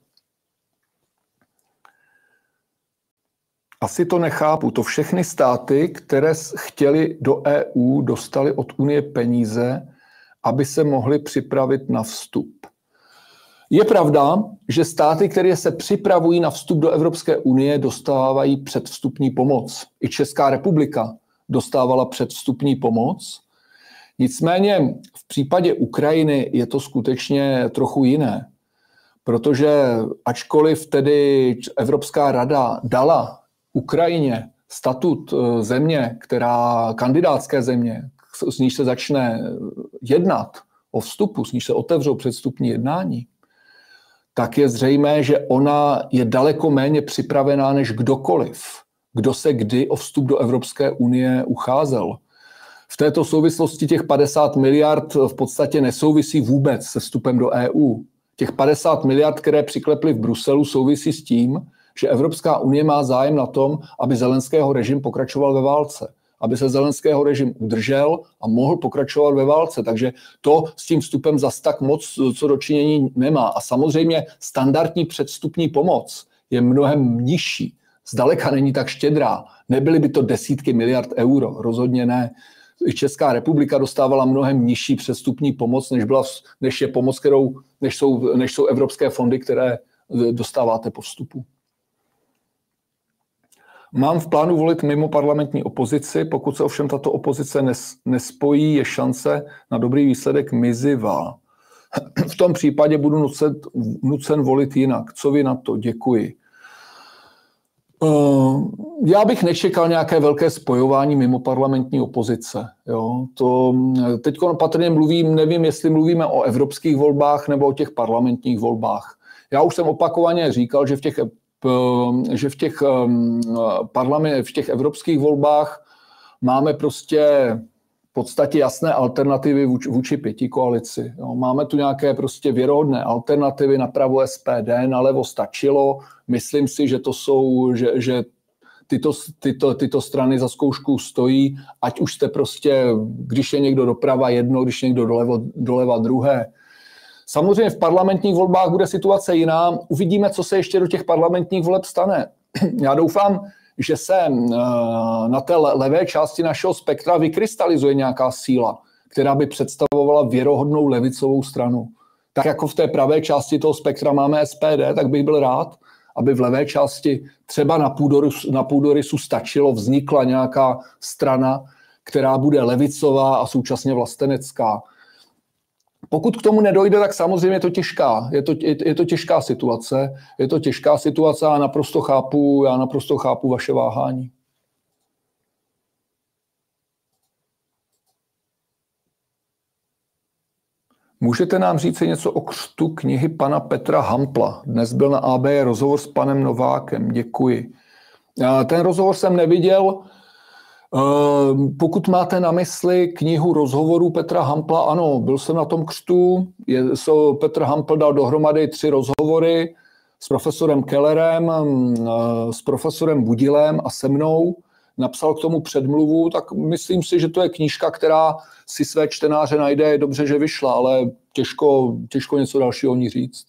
Asi to nechápu. To všechny státy, které chtěly do EU, dostaly od Unie peníze, aby se mohly připravit na vstup. Je pravda, že státy, které se připravují na vstup do Evropské unie, dostávají předvstupní pomoc. I Česká republika dostávala předvstupní pomoc. Nicméně v případě Ukrajiny je to skutečně trochu jiné, protože ačkoliv tedy Evropská rada dala Ukrajině statut země, kandidátské země, s níž se začne jednat o vstupu, s níž se otevřou předvstupní jednání, tak je zřejmé, že ona je daleko méně připravená než kdokoliv, kdo se kdy o vstup do Evropské unie ucházel. V této souvislosti těch 50 miliard v podstatě nesouvisí vůbec se vstupem do EU. Těch 50 miliard, které přikleply v Bruselu, souvisí s tím, že Evropská unie má zájem na tom, aby Zelenského režim pokračoval ve válce. Aby se Zelenského režim udržel a mohl pokračovat ve válce. Takže to s tím vstupem zas tak moc co dočinění nemá. A samozřejmě standardní předvstupní pomoc je mnohem nižší. Zdaleka není tak štědrá. Nebyly by to desítky miliard euro, rozhodně ne. I Česká republika dostávala mnohem nižší předvstupní pomoc, než je pomoc, než jsou evropské fondy, které dostáváte po vstupu. Mám v plánu volit mimo parlamentní opozici, pokud se ovšem tato opozice nespojí, je šance na dobrý výsledek mizivá. V tom případě budu nucen volit jinak. Co vy na to? Děkuji. Já bych nečekal nějaké velké spojování mimo parlamentní opozice. Jo? Teď patrně nevím, jestli mluvíme o evropských volbách nebo o těch parlamentních volbách. Já už jsem opakovaně říkal, že v těch evropských volbách máme prostě v podstatě jasné alternativy vůči pětikoalici. Jo. Máme tu nějaké prostě věrohodné alternativy, napravo SPD, nalevo stačilo. Myslím si, že že tyto strany za zkoušku stojí, ať už jste prostě, když je někdo doprava jedno, když je někdo doleva druhé. Samozřejmě v parlamentních volbách bude situace jiná. Uvidíme, co se ještě do těch parlamentních voleb stane. Já doufám, že se na té levé části našeho spektra vykrystalizuje nějaká síla, která by představovala věrohodnou levicovou stranu. Tak jako v té pravé části toho spektra máme SPD, tak bych byl rád, aby v levé části třeba na půdorysu stačilo, vznikla nějaká strana, která bude levicová a současně vlastenecká. Pokud k tomu nedojde, tak samozřejmě je to těžká. Je to těžká situace. Je to těžká situace a já naprosto chápu vaše váhání. Můžete nám říct něco o křtu knihy pana Petra Hampla? Dnes byl na AB rozhovor s panem Novákem. Děkuji. Ten rozhovor jsem neviděl. Pokud máte na mysli knihu rozhovorů Petra Hampla, ano, byl jsem na tom křtu. Petr Hampl dal dohromady 3 rozhovory s profesorem Kellerem, s profesorem Budilem a se mnou. napsal k tomu předmluvu, tak myslím si, že to je knížka, která si své čtenáře najde. Je dobře, že vyšla, ale těžko něco dalšího o ní říct.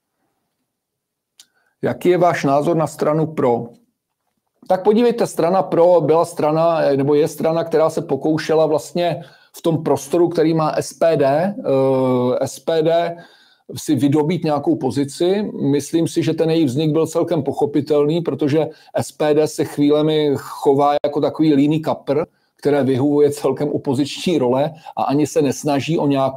Jaký je váš názor na stranu pro? Tak podívejte, strana pro byla strana, nebo je strana, která se pokoušela vlastně v tom prostoru, který má SPD si vydobít nějakou pozici. Myslím si, že ten její vznik byl celkem pochopitelný, protože SPD se chvílemi chová jako takový líný kapr, které vyhovuje celkem opoziční role a ani se nesnaží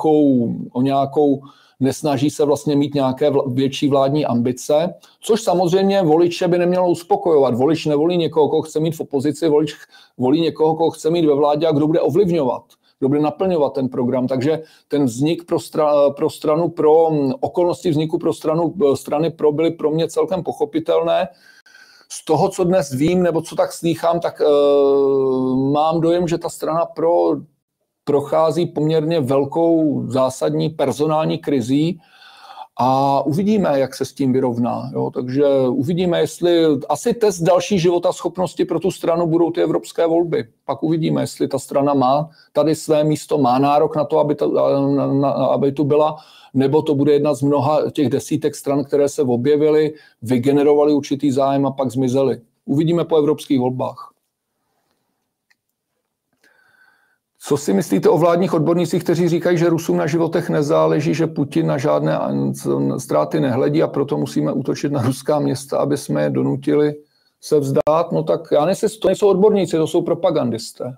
nesnaží se vlastně mít nějaké větší vládní ambice, což samozřejmě voliče by nemělo uspokojovat. Volič nevolí někoho, koho chce mít v opozici, volič volí někoho, koho chce mít ve vládě a kdo bude ovlivňovat, kdo bude naplňovat ten program. Takže ten vznik pro okolnosti vzniku strany pro byly pro mě celkem pochopitelné. Z toho, co dnes vím, nebo co tak slýchám, tak mám dojem, že ta strana pro prochází poměrně velkou zásadní personální krizí a uvidíme, jak se s tím vyrovná. Jo? Takže uvidíme, jestli asi test další životaschopnosti pro tu stranu budou ty evropské volby. Pak uvidíme, jestli ta strana má tady své místo, má nárok na to, aby tu byla, nebo to bude jedna z mnoha těch desítek stran, které se objevily, vygenerovaly určitý zájem a pak zmizely. Uvidíme po evropských volbách. Co si myslíte o vládních odbornících, kteří říkají, že Rusům na životech nezáleží, že Putin na žádné ztráty nehledí a proto musíme útočit na ruská města, aby jsme je donutili se vzdát? No tak já nejsem, to nejsou odborníci, to jsou propagandisté.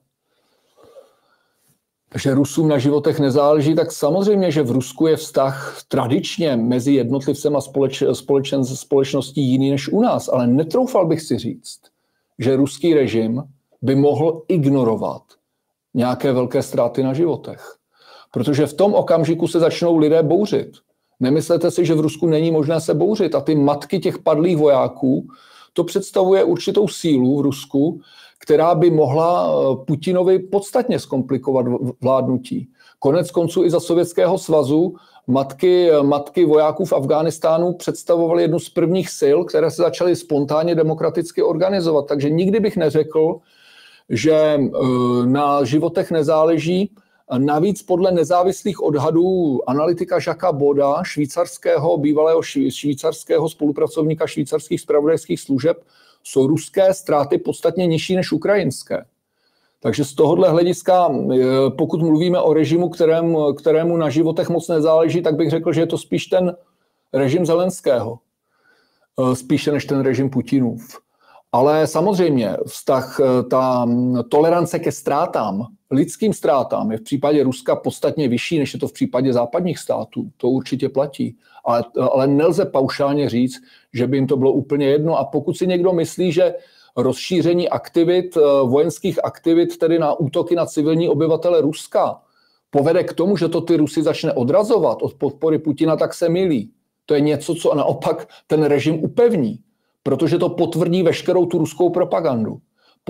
Že Rusům na životech nezáleží, tak samozřejmě, že v Rusku je vztah tradičně mezi jednotlivcem a společností jiný než u nás, ale netroufal bych si říct, že ruský režim by mohl ignorovat nějaké velké ztráty na životech. Protože v tom okamžiku se začnou lidé bouřit. Nemyslete si, že v Rusku není možné se bouřit a ty matky těch padlých vojáků, to představuje určitou sílu v Rusku, která by mohla Putinovi podstatně zkomplikovat vládnutí. Konec konců i za Sovětského svazu matky vojáků v Afghánistánu představovaly jednu z prvních sil, které se začaly spontánně demokraticky organizovat. Takže nikdy bych neřekl, že na životech nezáleží. Navíc podle nezávislých odhadů analytika Jacquesa Boda, bývalého švýcarského spolupracovníka švýcarských zpravodajských služeb, jsou ruské ztráty podstatně nižší než ukrajinské. Takže z tohohle hlediska, pokud mluvíme o režimu, kterému na životech moc nezáleží, tak bych řekl, že je to spíš ten režim Zelenského, spíše než ten režim Putinův. Ale samozřejmě ta tolerance ke ztrátám, lidským ztrátám je v případě Ruska podstatně vyšší, než je to v případě západních států. To určitě platí. Ale nelze paušálně říct, že by jim to bylo úplně jedno. A pokud si někdo myslí, že rozšíření vojenských aktivit, tedy na útoky na civilní obyvatele Ruska, povede k tomu, že to ty Rusy začne odrazovat od podpory Putina, tak se mylí. To je něco, co naopak ten režim upevní. Protože to potvrdí veškerou tu ruskou propagandu.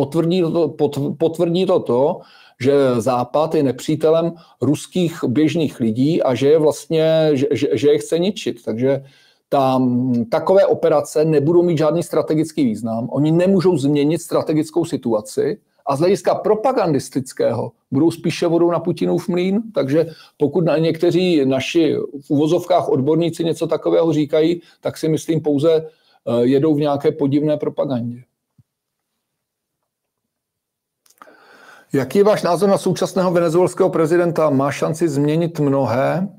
Potvrdí to, že Západ je nepřítelem ruských běžných lidí a že je chce ničit. Takže takové operace nebudou mít žádný strategický význam. Oni nemůžou změnit strategickou situaci a z hlediska propagandistického budou spíše vodou na Putinův mlýn. Takže pokud někteří naši v uvozovkách odborníci něco takového říkají, tak si myslím pouze jedou v nějaké podivné propagandě. Jaký je váš názor na současného venezuelského prezidenta? Má šanci změnit mnohé?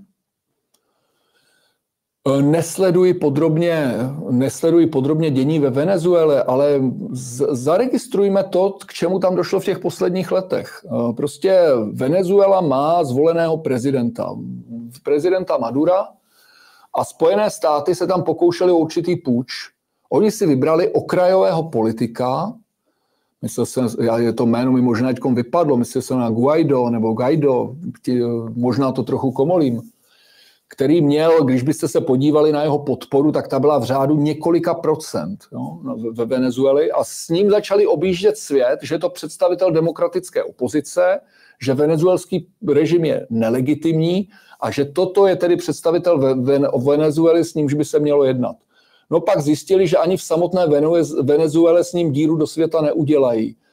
Nesleduji podrobně dění ve Venezuele, ale zaregistrujme to, k čemu tam došlo v těch posledních letech. Prostě Venezuela má zvoleného prezidenta Madura a Spojené státy se tam pokoušeli o určitý půjč. Oni si vybrali okrajového politika, myslel jsem, to jméno mi možná teďkom vypadlo, myslel jsem na Guaido, možná to trochu komolím, který měl, když byste se podívali na jeho podporu, tak ta byla v řádu několika procent ve Venezueli a s ním začali objíždět svět, že je to představitel demokratické opozice, že venezuelský režim je nelegitimní a že toto je tedy představitel Venezuely, s nímž by se mělo jednat. No pak zjistili, že ani v samotné Venezuele s ním díru do světa neudělají.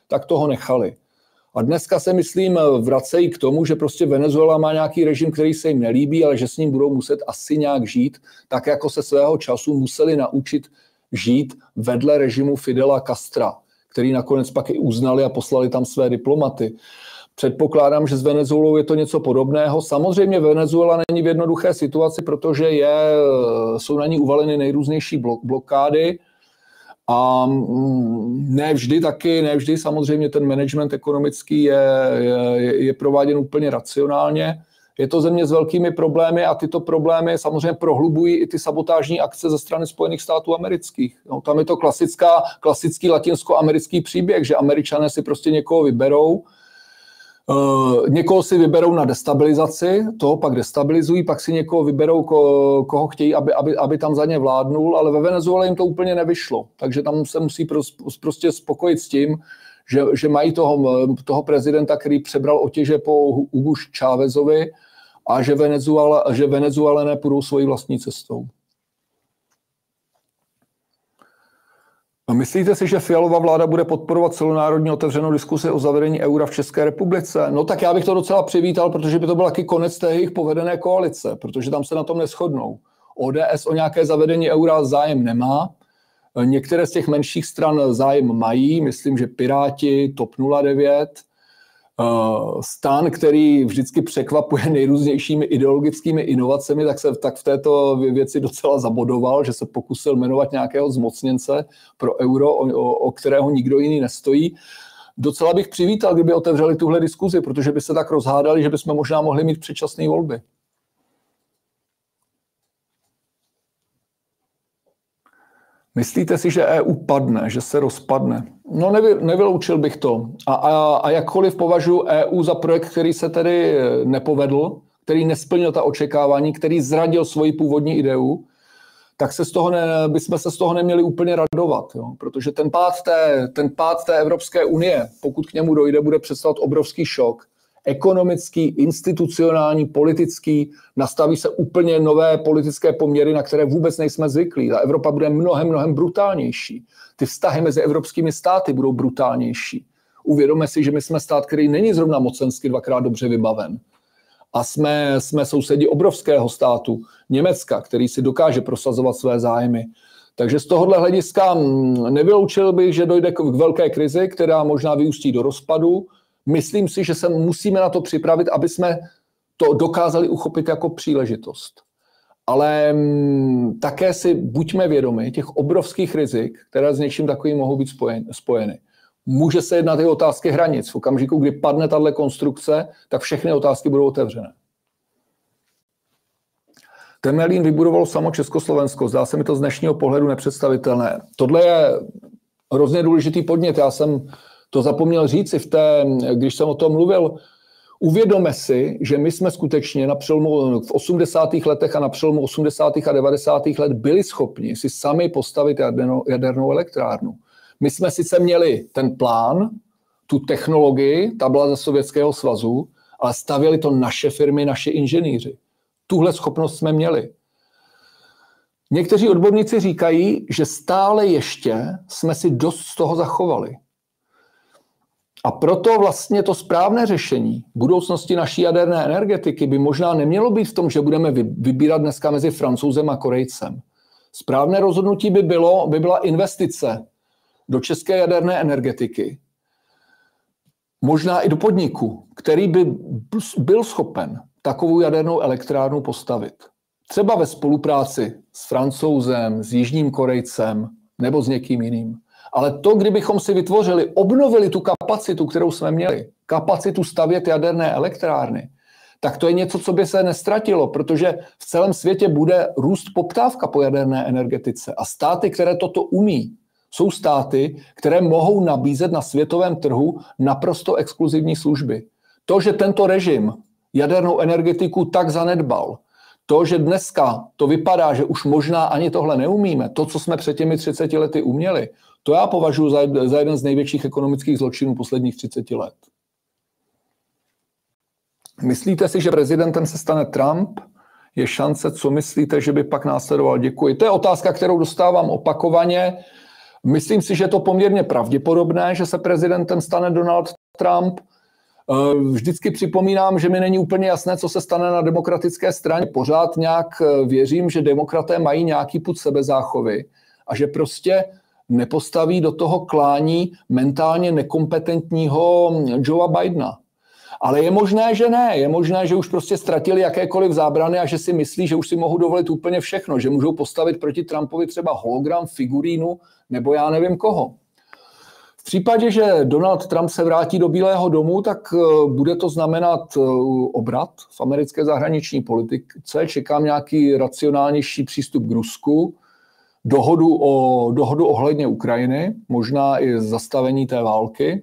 tak toho nechali. A dneska se, myslím, vracejí k tomu, že prostě Venezuela má nějaký režim, který se jim nelíbí, ale že s ním budou muset asi nějak žít, tak jako se svého času museli naučit žít vedle režimu Fidela Castra, který nakonec pak i uznali a poslali tam své diplomaty. Předpokládám, že s Venezuelou je to něco podobného. Samozřejmě Venezuela není v jednoduché situaci, protože jsou na ní uvaleny nejrůznější blokády a ne vždy samozřejmě ten management ekonomický je prováděn úplně racionálně. Je to země s velkými problémy a tyto problémy samozřejmě prohlubují i ty sabotážní akce ze strany Spojených států amerických. No, tam je to klasický latinskoamerický příběh, že Američané si prostě někoho vyberou, někoho si vyberou na destabilizaci, toho pak destabilizují, pak si někoho vyberou, koho chtějí, aby tam za ně vládnul, ale ve Venezuele jim to úplně nevyšlo. Takže tam se musí prostě spokojit s tím, že mají toho prezidenta, který přebral otěže po Hugu Chávezovi a že Venezuelané půjdou svojí vlastní cestou. Myslíte si, že Fialova vláda bude podporovat celonárodní otevřenou diskusi o zavedení eura v České republice? No tak já bych to docela přivítal, protože by to byl taky konec té jejich povedené koalice, protože tam se na tom neshodnou. ODS o nějaké zavedení eura zájem nemá. Některé z těch menších stran zájem mají, myslím, že Piráti, TOP 09, STAN, který vždycky překvapuje nejrůznějšími ideologickými inovacemi, tak v této věci docela zabodoval, že se pokusil jmenovat nějakého zmocněnce pro euro, o kterého nikdo jiný nestojí. Docela bych přivítal, kdyby otevřeli tuhle diskuzi, protože by se tak rozhádali, že bychom možná mohli mít předčasné volby. Myslíte si, že EU padne, že se rozpadne? No nevyloučil bych to. A jakkoliv považuji EU za projekt, který se tedy nepovedl, který nesplnil ta očekávání, který zradil svoji původní ideu, tak bychom se z toho neměli úplně radovat. Jo? Protože ten pád té Evropské unie, pokud k němu dojde, bude představovat obrovský šok. Ekonomický, institucionální, politický, nastaví se úplně nové politické poměry, na které vůbec nejsme zvyklí. Ta Evropa bude mnohem brutálnější. Ty vztahy mezi evropskými státy budou brutálnější. Uvědomme si, že my jsme stát, který není zrovna mocensky dvakrát dobře vybaven. A jsme sousedi obrovského státu, Německa, který si dokáže prosazovat své zájmy. Takže z tohohle hlediska nevyloučil bych, že dojde k velké krizi, která možná vyústí do rozpadu. Myslím si, že se musíme na to připravit, aby jsme to dokázali uchopit jako příležitost. Ale také si buďme vědomi těch obrovských rizik, které s něčím takovým mohou být spojeny. Může se jednat i o otázky hranic. V okamžiku, kdy padne tato konstrukce, tak všechny otázky budou otevřené. Temelín vybudoval samo Československo. Zdá se mi to z dnešního pohledu nepředstavitelné. Tohle je hrozně důležitý podnět. Já jsem to zapomněl říci, když jsem o tom mluvil. Uvědomme si, že my jsme skutečně v 80. letech a na přelomu 80. a 90. let byli schopni si sami postavit jadernou elektrárnu. My jsme sice měli ten plán, tu technologii, ta byla ze Sovětského svazu, ale stavěli to naše firmy, naši inženýři. Tuhle schopnost jsme měli. Někteří odborníci říkají, že stále ještě jsme si dost z toho zachovali. A proto vlastně to správné řešení budoucnosti naší jaderné energetiky by možná nemělo být v tom, že budeme vybírat dneska mezi Francouzem a Korejcem. Správné rozhodnutí by byla investice do české jaderné energetiky. Možná i do podniku, který by byl schopen takovou jadernou elektrárnu postavit. Třeba ve spolupráci s Francouzem, s Jižním Korejcem nebo s někým jiným. Ale to, kdybychom si obnovili tu kapacitu, kterou jsme měli, kapacitu stavět jaderné elektrárny, tak to je něco, co by se nestratilo, protože v celém světě bude růst poptávka po jaderné energetice. A státy, které toto umí, jsou státy, které mohou nabízet na světovém trhu naprosto exkluzivní služby. To, že tento režim jadernou energetiku tak zanedbal, to, že dneska to vypadá, že už možná ani tohle neumíme, to, co jsme před těmi 30 lety uměli, to já považuji za jeden z největších ekonomických zločinů posledních 30 let. Myslíte si, že prezidentem se stane Trump? Je šance, co myslíte, že by pak následoval? Děkuji. To je otázka, kterou dostávám opakovaně. Myslím si, že je to poměrně pravděpodobné, že se prezidentem stane Donald Trump. Vždycky připomínám, že mi není úplně jasné, co se stane na demokratické straně. Pořád nějak věřím, že demokraté mají nějaký pud sebezáchovy a že prostě nepostaví do toho klání mentálně nekompetentního Joea Bidena. Ale je možné, že ne. Je možné, že už prostě ztratili jakékoliv zábrany a že si myslí, že už si mohou dovolit úplně všechno, že můžou postavit proti Trumpovi třeba hologram, figurínu nebo já nevím koho. V případě, že Donald Trump se vrátí do Bílého domu, tak bude to znamenat obrat v americké zahraniční politice. Čekám nějaký racionálnější přístup k Rusku, dohodu ohledně Ukrajiny, možná i zastavení té války.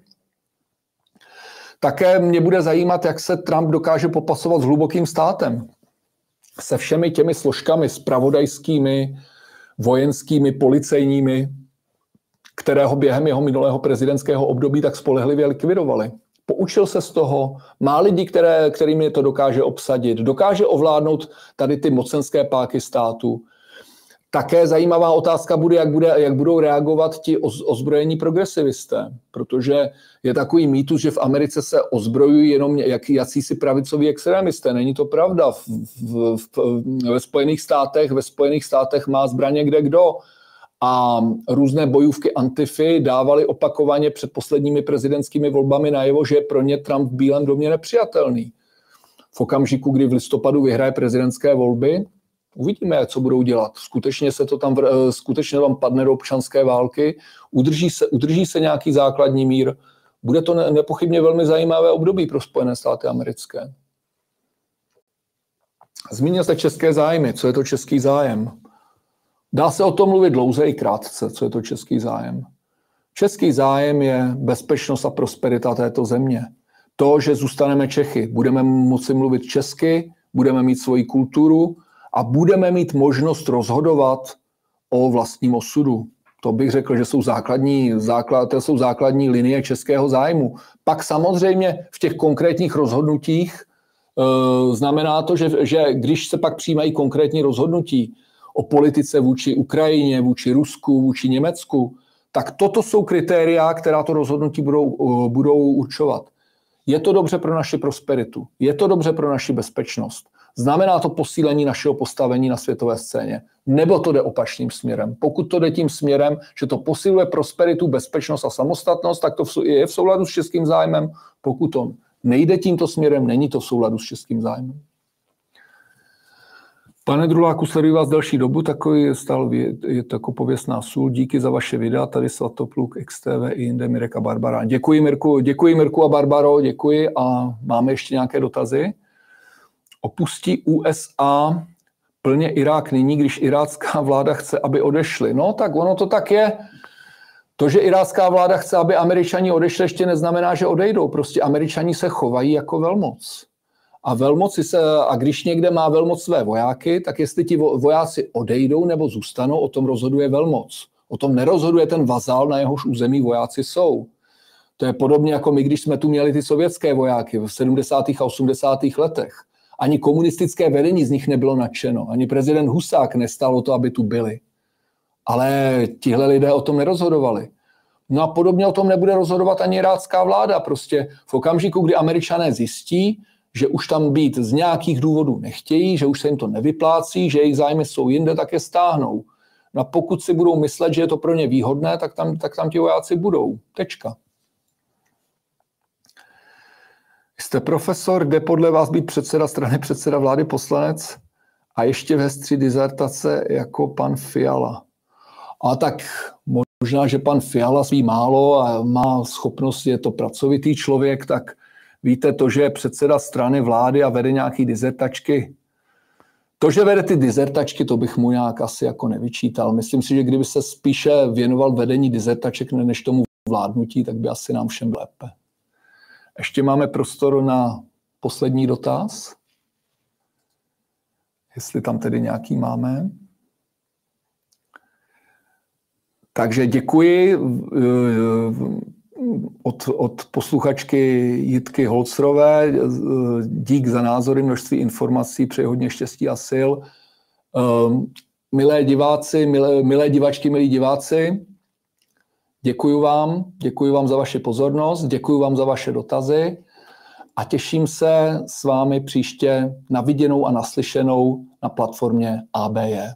Také mě bude zajímat, jak se Trump dokáže popasovat s hlubokým státem. Se všemi těmi složkami zpravodajskými, vojenskými, policejními, kterého během jeho minulého prezidentského období tak spolehlivě likvidovali. Poučil se z toho, má lidi, kterými to dokáže obsadit, dokáže ovládnout tady ty mocenské páky státu. Také zajímavá otázka bude, jak budou reagovat ti ozbrojení progresivisté, protože je takový mýtus, že v Americe se ozbrojují jenom jacísi pravicoví extremisté. Není to pravda. Ve Spojených státech má zbraně kdekdo a různé bojůvky Antify dávaly opakovaně před posledními prezidentskými volbami najevo, že je pro ně Trump v Bílém domě nepřijatelný. V okamžiku, kdy v listopadu vyhraje prezidentské volby, uvidíme, co budou dělat. Skutečně tam padne do občanské války, udrží se nějaký základní mír. Bude to nepochybně velmi zajímavé období pro Spojené státy americké. Zmínil jste české zájmy. Co je to český zájem? Dá se o tom mluvit dlouze i krátce, co je to český zájem. Český zájem je bezpečnost a prosperita této země. To, že zůstaneme Čechy, budeme moci mluvit česky, budeme mít svoji kulturu a budeme mít možnost rozhodovat o vlastním osudu. To bych řekl, že jsou základní linie českého zájmu. Pak samozřejmě v těch konkrétních rozhodnutích znamená to, že když se pak přijímají konkrétní rozhodnutí o politice vůči Ukrajině, vůči Rusku, vůči Německu, tak toto jsou kritéria, která to rozhodnutí budou určovat. Je to dobře pro naši prosperitu, je to dobře pro naši bezpečnost. Znamená to posílení našeho postavení na světové scéně? Nebo to jde opačným směrem? Pokud to jde tím směrem, že to posiluje prosperitu, bezpečnost a samostatnost, tak to je v souladu s českým zájmem. Pokud to nejde tímto směrem, není to v souladu s českým zájmem. Pane Druláku, sleduji vás delší dobu, je to jako pověstná sůl. Díky za vaše videa, tady Svatopluk, XTV i jinde, Mirek a Barbara. Děkuji Mirku a Barbaro, děkuji a máme ještě nějaké dotazy. Opustí USA plně Irák nyní, když irácká vláda chce, aby odešli. No tak ono to tak je. To, že irácká vláda chce, aby Američani odešli, ještě neznamená, že odejdou. Prostě Američani se chovají jako velmoc. A když někde má velmoc své vojáky, tak jestli ti vojáci odejdou nebo zůstanou, o tom rozhoduje velmoc. O tom nerozhoduje ten vazal, na jehož území vojáci jsou. To je podobně jako my, když jsme tu měli ty sovětské vojáky v 70. a 80. letech. Ani komunistické vedení z nich nebylo nadšeno. Ani prezident Husák nestálo to, aby tu byli. Ale tihle lidé o tom nerozhodovali. No a podobně o tom nebude rozhodovat ani irácká vláda. Prostě v okamžiku, kdy Američané zjistí, že už tam být z nějakých důvodů nechtějí, že už se jim to nevyplácí, že jejich zájmy jsou jinde, tak je stáhnou. No a pokud si budou myslet, že je to pro ně výhodné, tak tam ti vojáci budou. Tečka. Jste profesor, jde podle vás být předseda strany, předseda vlády, poslanec a ještě ve stři dizertace jako pan Fiala. A tak možná, že pan Fiala ví málo a má schopnost, je to pracovitý člověk, tak víte to, že je předseda strany vlády a vede nějaký dizertačky. To, že vede ty dizertačky, to bych mu nějak asi jako nevyčítal. Myslím si, že kdyby se spíše věnoval vedení dizertaček než tomu vládnutí, tak by asi nám všem lépe. Ještě máme prostor na poslední dotaz. Jestli tam tedy nějaký máme. Takže děkuji od posluchačky Jitky Holcrové. Dík za názory, množství informací, přeji hodně štěstí a sil. Milé diváci, milé divačky, milí diváci, Děkuji vám za vaši pozornost, děkuji vám za vaše dotazy a těším se s vámi příště na viděnou a naslyšenou na platformě ABJ.